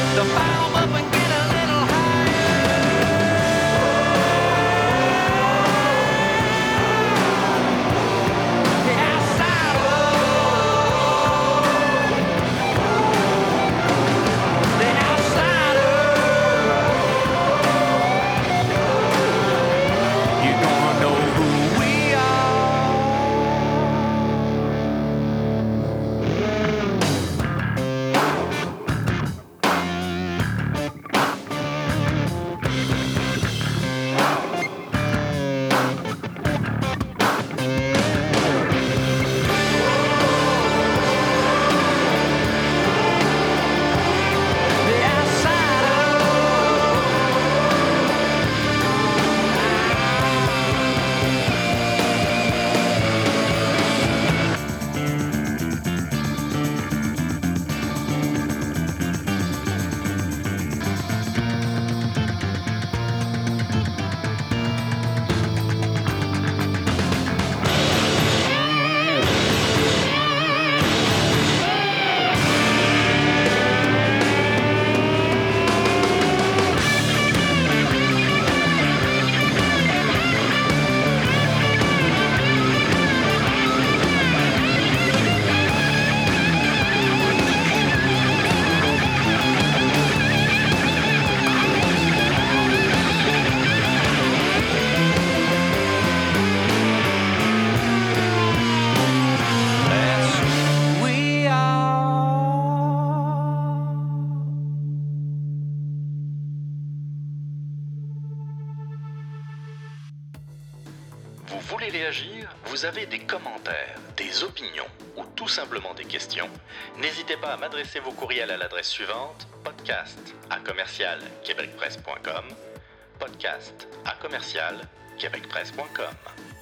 voulez réagir? Vous avez des commentaires, des opinions ou tout simplement des questions? N'hésitez pas à m'adresser vos courriels à l'adresse suivante: podcast@québecpresse.com, podcast@québecpresse.com.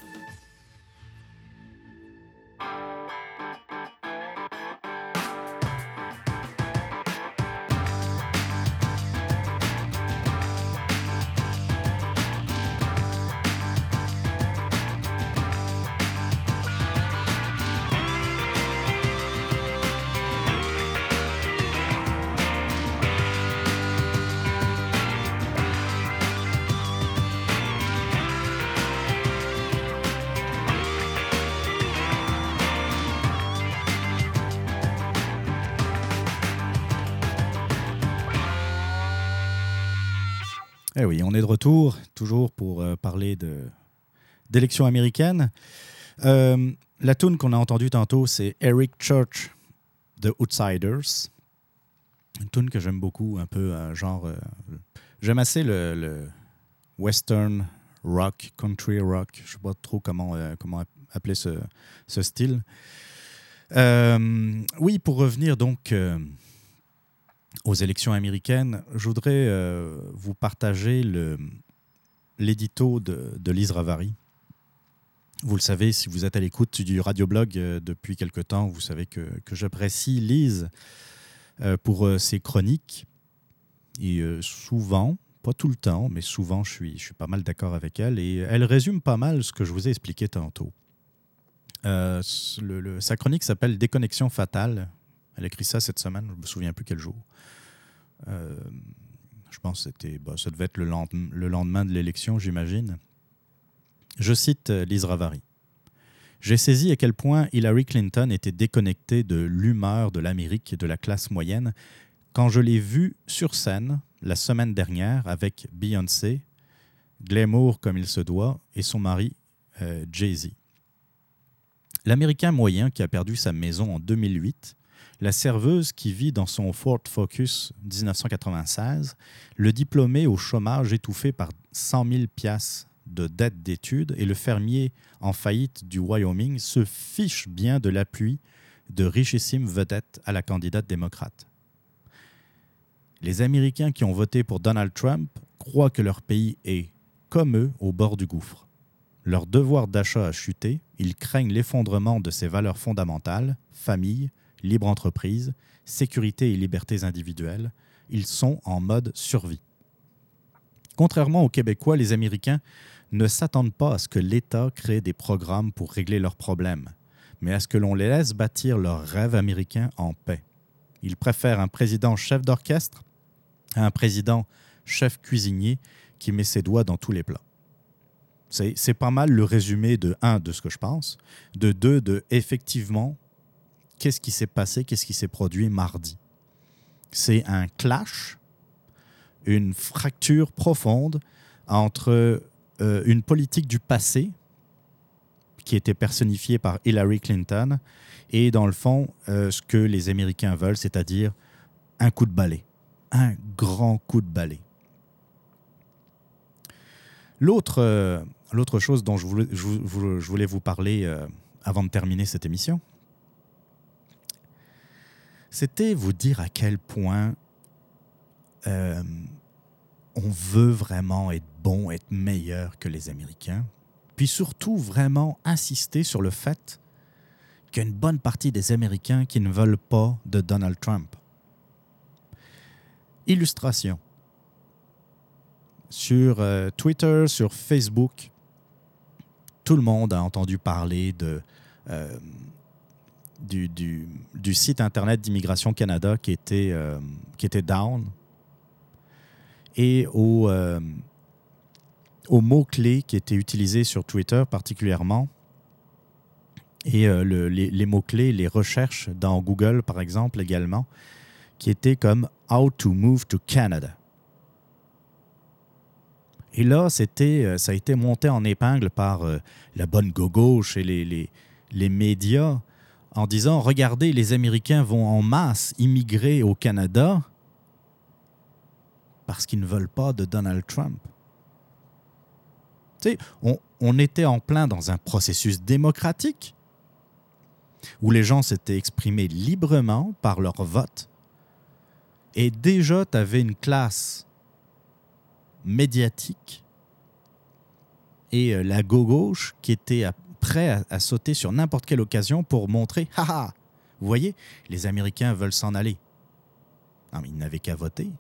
Eh oui, on est de retour, toujours pour parler d'élections américaines. La tune qu'on a entendue tantôt, c'est Eric Church de Outsiders. Une tune que j'aime beaucoup, un peu j'aime assez le western rock, country rock. Je ne sais pas trop comment appeler ce style. Oui, pour revenir donc aux élections américaines, je voudrais vous partager l'édito de Lise Ravary. Vous le savez, si vous êtes à l'écoute du radioblog depuis quelque temps, vous savez que j'apprécie Lise pour ses chroniques. Et souvent, pas tout le temps, mais souvent, je suis pas mal d'accord avec elle. Et elle résume pas mal ce que je vous ai expliqué tantôt. Sa chronique s'appelle « Déconnexion fatale ». Elle a écrit ça cette semaine, je ne me souviens plus quel jour. Je pense que ça devait être le lendemain de l'élection, j'imagine. Je cite Lise Ravary. « J'ai saisi à quel point Hillary Clinton était déconnectée de l'humeur de l'Amérique et de la classe moyenne quand je l'ai vue sur scène la semaine dernière avec Beyoncé, glamour comme il se doit, et son mari Jay-Z. L'Américain moyen qui a perdu sa maison en 2008, la serveuse qui vit dans son Ford Focus 1996, le diplômé au chômage étouffé par 100 000 piastres de dettes d'études et le fermier en faillite du Wyoming se fichent bien de l'appui de richissimes vedettes à la candidate démocrate. Les Américains qui ont voté pour Donald Trump croient que leur pays est, comme eux, au bord du gouffre. Leur devoir d'achat a chuté, ils craignent l'effondrement de ses valeurs fondamentales, famille, libre entreprise, sécurité et libertés individuelles. Ils sont en mode survie. Contrairement aux Québécois, les Américains ne s'attendent pas à ce que l'État crée des programmes pour régler leurs problèmes, mais à ce que l'on les laisse bâtir leurs rêves américains en paix. Ils préfèrent un président chef d'orchestre à un président chef cuisinier qui met ses doigts dans tous les plats. C'est pas mal le résumé de ce que je pense, de deux, effectivement, qu'est-ce qui s'est passé, qu'est-ce qui s'est produit mardi. C'est un clash, une fracture profonde entre une politique du passé qui était personnifiée par Hillary Clinton et, dans le fond, ce que les Américains veulent, c'est-à-dire un coup de balai, un grand coup de balai. L'autre chose dont je voulais vous parler avant de terminer cette émission, c'était vous dire à quel point on veut vraiment être bon, être meilleur que les Américains, puis surtout vraiment insister sur le fait qu'il y a une bonne partie des Américains qui ne veulent pas de Donald Trump. Illustration. Sur Twitter, sur Facebook, tout le monde a entendu parler du site Internet d'Immigration Canada qui était down et aux mots-clés qui étaient utilisés sur Twitter particulièrement. Et les mots-clés, les recherches dans Google, par exemple, également, qui étaient comme « How to move to Canada ». Et là, ça a été monté en épingle par la bonne gauche et les médias en disant « Regardez, les Américains vont en masse immigrer au Canada parce qu'ils ne veulent pas de Donald Trump. » Tu sais, on était en plein dans un processus démocratique où les gens s'étaient exprimés librement par leur vote. Et déjà, tu avais une classe médiatique et la gauche qui était prêt à sauter sur n'importe quelle occasion pour montrer « Haha, vous voyez, les Américains veulent s'en aller. » Non, mais ils n'avaient qu'à voter.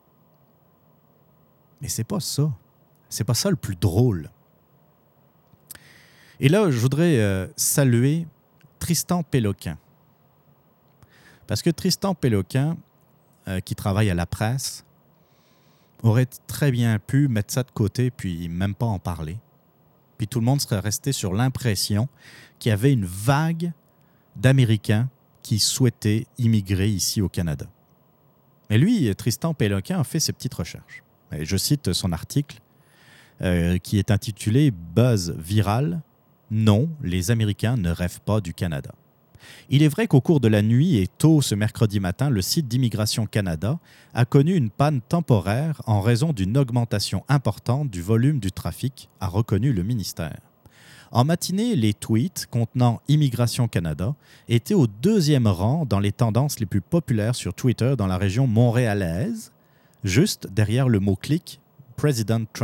Mais c'est pas ça. C'est pas ça le plus drôle. Et là, je voudrais saluer Tristan Péloquin. Parce que Tristan Péloquin, qui travaille à la presse, aurait très bien pu mettre ça de côté puis même pas en parler. Puis tout le monde serait resté sur l'impression qu'il y avait une vague d'Américains qui souhaitaient immigrer ici au Canada. Mais lui, Tristan Péloquin, a fait ses petites recherches. Et je cite son article qui est intitulé « Buzz viral. Non, les Américains ne rêvent pas du Canada ». Il est vrai qu'au cours de la nuit et tôt ce mercredi matin, le site d'Immigration Canada a connu une panne temporaire en raison d'une augmentation importante du volume du trafic, a reconnu le ministère. En matinée, les tweets contenant Immigration Canada étaient au 2e rang dans les tendances les plus populaires sur Twitter dans la région montréalaise, juste derrière le mot-clic « President Trump ».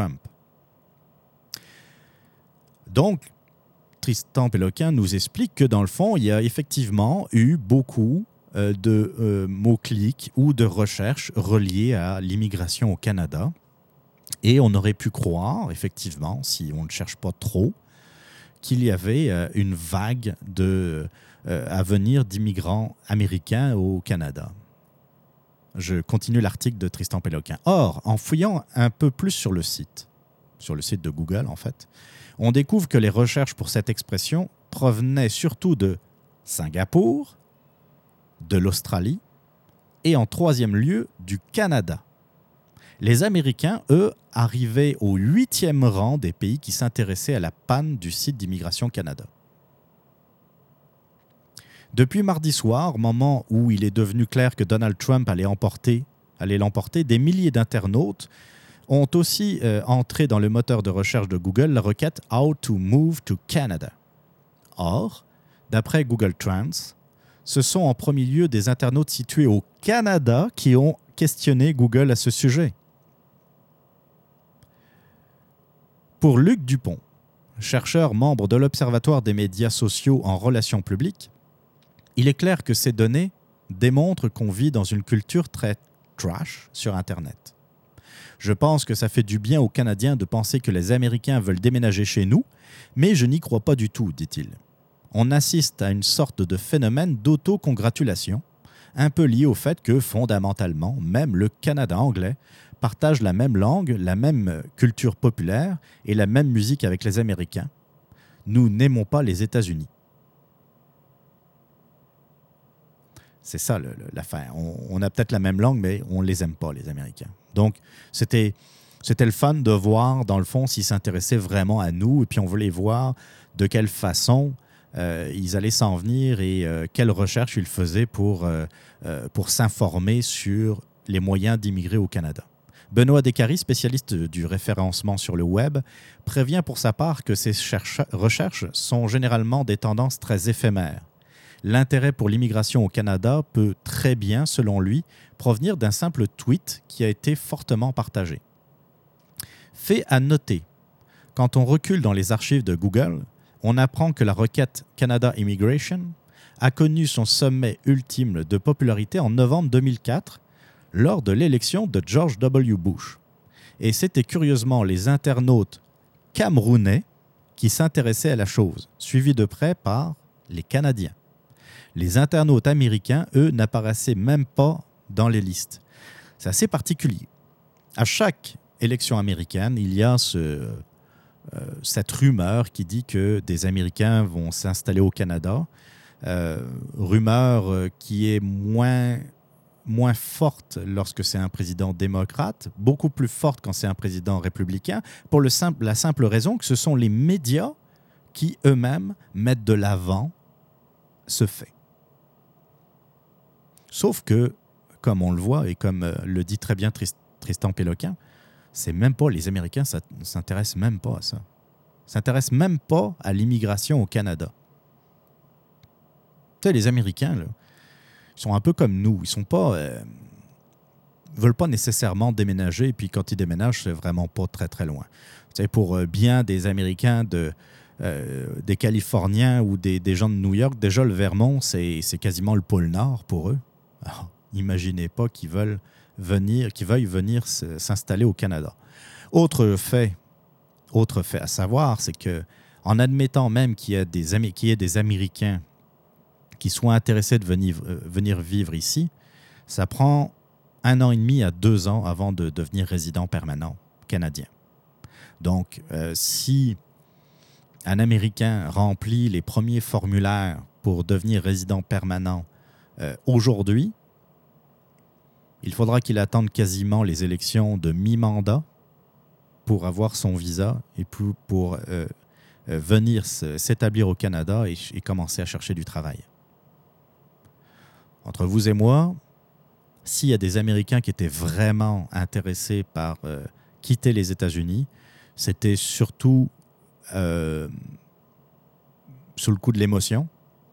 Donc, Tristan Péloquin nous explique que dans le fond, il y a effectivement eu beaucoup de mots-clics ou de recherches reliées à l'immigration au Canada. Et on aurait pu croire, effectivement, si on ne cherche pas trop, qu'il y avait une vague à venir d'immigrants américains au Canada. Je continue l'article de Tristan Péloquin. Or, en fouillant un peu plus sur le site de Google en fait, on découvre que les recherches pour cette expression provenaient surtout de Singapour, de l'Australie et en 3e lieu du Canada. Les Américains, eux, arrivaient au 8e rang des pays qui s'intéressaient à la panne du site d'Immigration Canada. Depuis mardi soir, moment où il est devenu clair que Donald Trump allait l'emporter, des milliers d'internautes ont aussi entré dans le moteur de recherche de Google la requête « How to move to Canada ». Or, d'après Google Trends, ce sont en premier lieu des internautes situés au Canada qui ont questionné Google à ce sujet. Pour Luc Dupont, chercheur membre de l'Observatoire des médias sociaux en relations publiques, il est clair que ces données démontrent qu'on vit dans une culture très trash sur Internet. Je pense que ça fait du bien aux Canadiens de penser que les Américains veulent déménager chez nous, mais je n'y crois pas du tout, dit-il. On assiste à une sorte de phénomène d'autocongratulation, un peu lié au fait que, fondamentalement, même le Canada anglais partage la même langue, la même culture populaire et la même musique avec les Américains. Nous n'aimons pas les États-Unis. C'est ça l'affaire. On a peut-être la même langue, mais on ne les aime pas, les Américains. Donc, c'était le fun de voir, dans le fond, s'ils s'intéressaient vraiment à nous. Et puis, on voulait voir de quelle façon ils allaient s'en venir et quelles recherches ils faisaient pour s'informer sur les moyens d'immigrer au Canada. Benoît Descaries, spécialiste du référencement sur le web, prévient pour sa part que ces recherches sont généralement des tendances très éphémères. L'intérêt pour l'immigration au Canada peut très bien, selon lui, provenir d'un simple tweet qui a été fortement partagé. Fait à noter, quand on recule dans les archives de Google, on apprend que la requête Canada Immigration a connu son sommet ultime de popularité en novembre 2004 lors de l'élection de George W. Bush. Et c'était curieusement les internautes camerounais qui s'intéressaient à la chose, suivis de près par les Canadiens. Les internautes américains, eux, n'apparaissaient même pas dans les listes. C'est assez particulier. À chaque élection américaine, il y a cette rumeur qui dit que des Américains vont s'installer au Canada. Rumeur qui est moins forte lorsque c'est un président démocrate, beaucoup plus forte quand c'est un président républicain, pour la simple raison que ce sont les médias qui eux-mêmes mettent de l'avant ce fait. Sauf que, comme on le voit et comme le dit très bien Tristan Péloquin, c'est même pas les Américains, ça ne s'intéresse même pas à ça. ne s'intéressent même pas à l'immigration au Canada. Tu sais, les Américains, là, ils sont un peu comme nous. Ils sont pas... veulent pas nécessairement déménager, et puis quand ils déménagent, c'est vraiment pas très, très loin. Tu sais, pour bien des Américains, des Californiens ou des gens de New York, déjà le Vermont, c'est quasiment le pôle Nord pour eux. Alors, imaginez pas qu'ils veuillent venir s'installer au Canada. Autre fait à savoir, c'est que en admettant même qu'il y ait des Américains qui soient intéressés de venir vivre ici, ça prend 1 an et demi à 2 ans avant de devenir résident permanent canadien. Donc, si un Américain remplit les premiers formulaires pour devenir résident permanent aujourd'hui, il faudra qu'il attende quasiment les élections de mi-mandat pour avoir son visa et pour venir s'établir au Canada et commencer à chercher du travail. Entre vous et moi, s'il y a des Américains qui étaient vraiment intéressés par quitter les États-Unis, c'était surtout sous le coup de l'émotion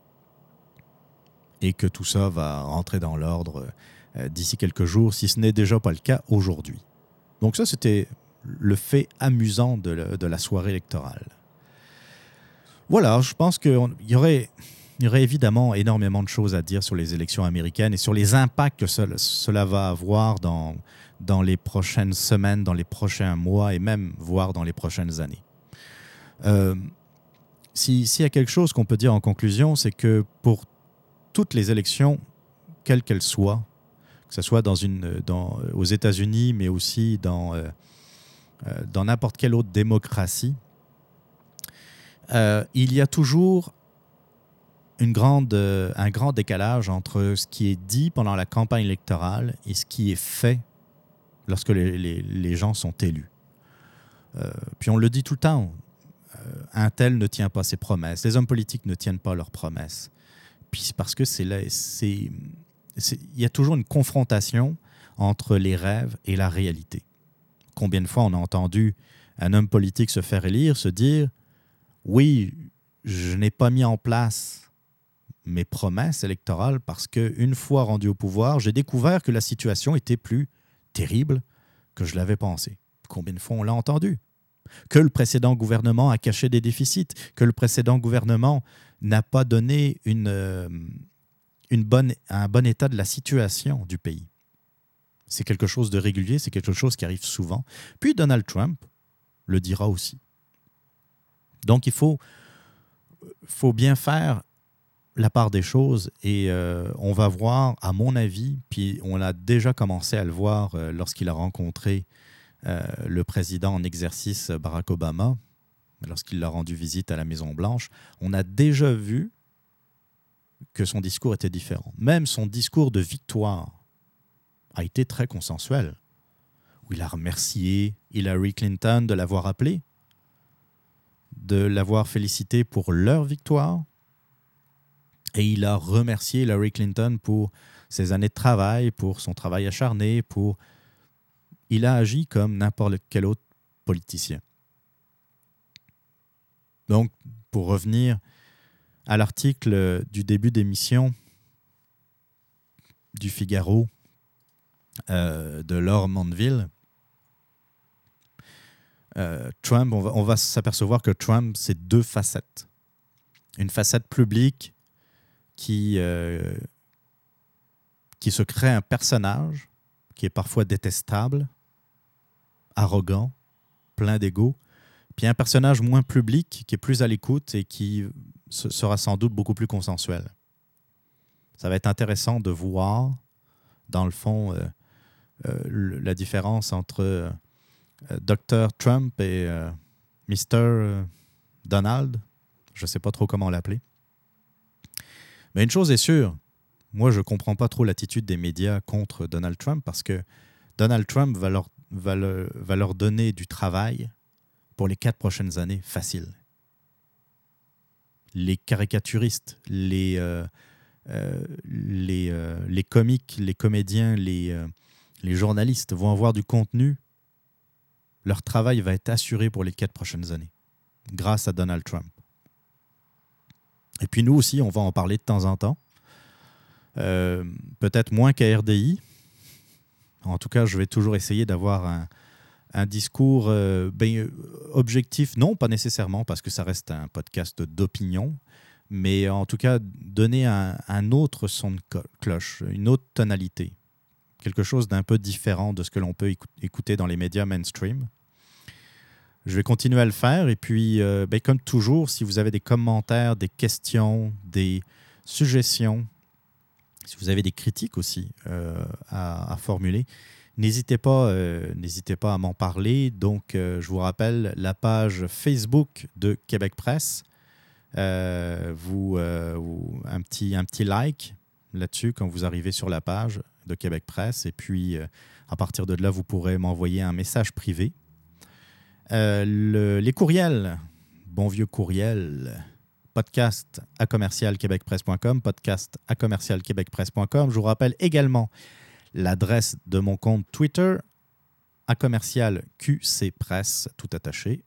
et que tout ça va rentrer dans l'ordre d'ici quelques jours, si ce n'est déjà pas le cas aujourd'hui. Donc ça, c'était le fait amusant de la soirée électorale. Voilà, je pense qu'il y aurait évidemment énormément de choses à dire sur les élections américaines et sur les impacts que cela va avoir dans les prochaines semaines, dans les prochains mois et même voire dans les prochaines années. S'il y a quelque chose qu'on peut dire en conclusion, c'est que pour toutes les élections, quelles qu'elles soient, que ce soit aux États-Unis, mais aussi dans n'importe quelle autre démocratie, il y a toujours un grand décalage entre ce qui est dit pendant la campagne électorale et ce qui est fait lorsque les gens sont élus. Puis on le dit tout le temps, un tel ne tient pas ses promesses, les hommes politiques ne tiennent pas leurs promesses. Puis c'est parce que il y a toujours une confrontation entre les rêves et la réalité. Combien de fois on a entendu un homme politique se faire élire, se dire « Oui, je n'ai pas mis en place mes promesses électorales parce qu'une fois rendu au pouvoir, j'ai découvert que la situation était plus terrible que je l'avais pensé. » Combien de fois on l'a entendu? Que le précédent gouvernement a caché des déficits, que le précédent gouvernement n'a pas donné un bon état de la situation du pays. C'est quelque chose de régulier, c'est quelque chose qui arrive souvent. Puis Donald Trump le dira aussi. Donc il faut bien faire la part des choses et on va voir, à mon avis, puis on a déjà commencé à le voir lorsqu'il a rencontré le président en exercice Barack Obama, lorsqu'il a rendu visite à la Maison-Blanche, on a déjà vu que son discours était différent. Même son discours de victoire a été très consensuel, où il a remercié Hillary Clinton de l'avoir appelé, de l'avoir félicité pour leur victoire, et il a remercié Hillary Clinton pour ses années de travail, pour son travail acharné, il a agi comme n'importe quel autre politicien. Donc, pour revenir à l'article du début d'émission du Figaro de Laure Mandeville, Trump, on va s'apercevoir que Trump, c'est 2 facettes. Une facette publique qui se crée un personnage qui est parfois détestable, arrogant, plein d'ego, puis un personnage moins public qui est plus à l'écoute et qui sera sans doute beaucoup plus consensuel. Ça va être intéressant de voir, dans le fond, la différence entre Dr. Trump et Mr. Donald. Je ne sais pas trop comment l'appeler. Mais une chose est sûre, moi je ne comprends pas trop l'attitude des médias contre Donald Trump parce que Donald Trump va leur donner du travail pour les 4 prochaines années facile. Les caricaturistes, les comiques, les comédiens, les journalistes vont avoir du contenu. Leur travail va être assuré pour les 4 prochaines années. grâce à Donald Trump. Et puis nous aussi, on va en parler de temps en temps. Peut-être moins qu'à RDI. En tout cas, je vais toujours essayer d'avoir un discours objectif. Non, pas nécessairement, parce que ça reste un podcast d'opinion. Mais en tout cas, donner un autre son de cloche, une autre tonalité. Quelque chose d'un peu différent de ce que l'on peut écouter dans les médias mainstream. Je vais continuer à le faire. Et puis, comme toujours, si vous avez des commentaires, des questions, des suggestions, si vous avez des critiques aussi à formuler, n'hésitez pas à m'en parler. Donc, je vous rappelle la page Facebook de Québec Presse. Un petit like là-dessus quand vous arrivez sur la page de Québec Presse. Et puis, à partir de là, vous pourrez m'envoyer un message privé. Les courriels, bon vieux courriel, podcast@québecpresse.com, podcast@québecpresse.com. Je vous rappelle également l'adresse de mon compte Twitter, @QCpresse, tout attaché,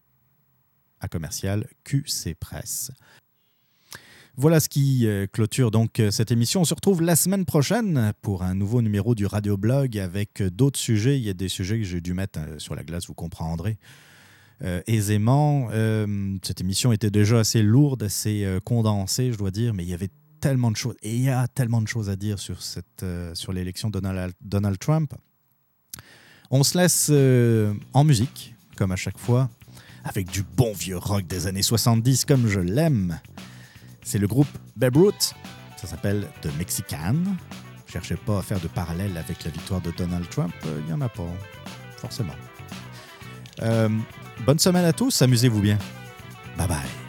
@QCpresse. Voilà ce qui clôture donc cette émission. On se retrouve la semaine prochaine pour un nouveau numéro du Radio-Blog avec d'autres sujets. Il y a des sujets que j'ai dû mettre sur la glace, vous comprendrez aisément. Cette émission était déjà assez lourde, assez condensée, je dois dire, mais il y avait tellement de choses, et il y a tellement de choses à dire sur l'élection de Donald Trump. On se laisse en musique, comme à chaque fois, avec du bon vieux rock des années 70, comme je l'aime. C'est le groupe Babe Ruth, ça s'appelle The Mexican. Ne cherchez pas à faire de parallèle avec la victoire de Donald Trump, il n'y en a pas, forcément. Bonne semaine à tous, amusez-vous bien. Bye bye.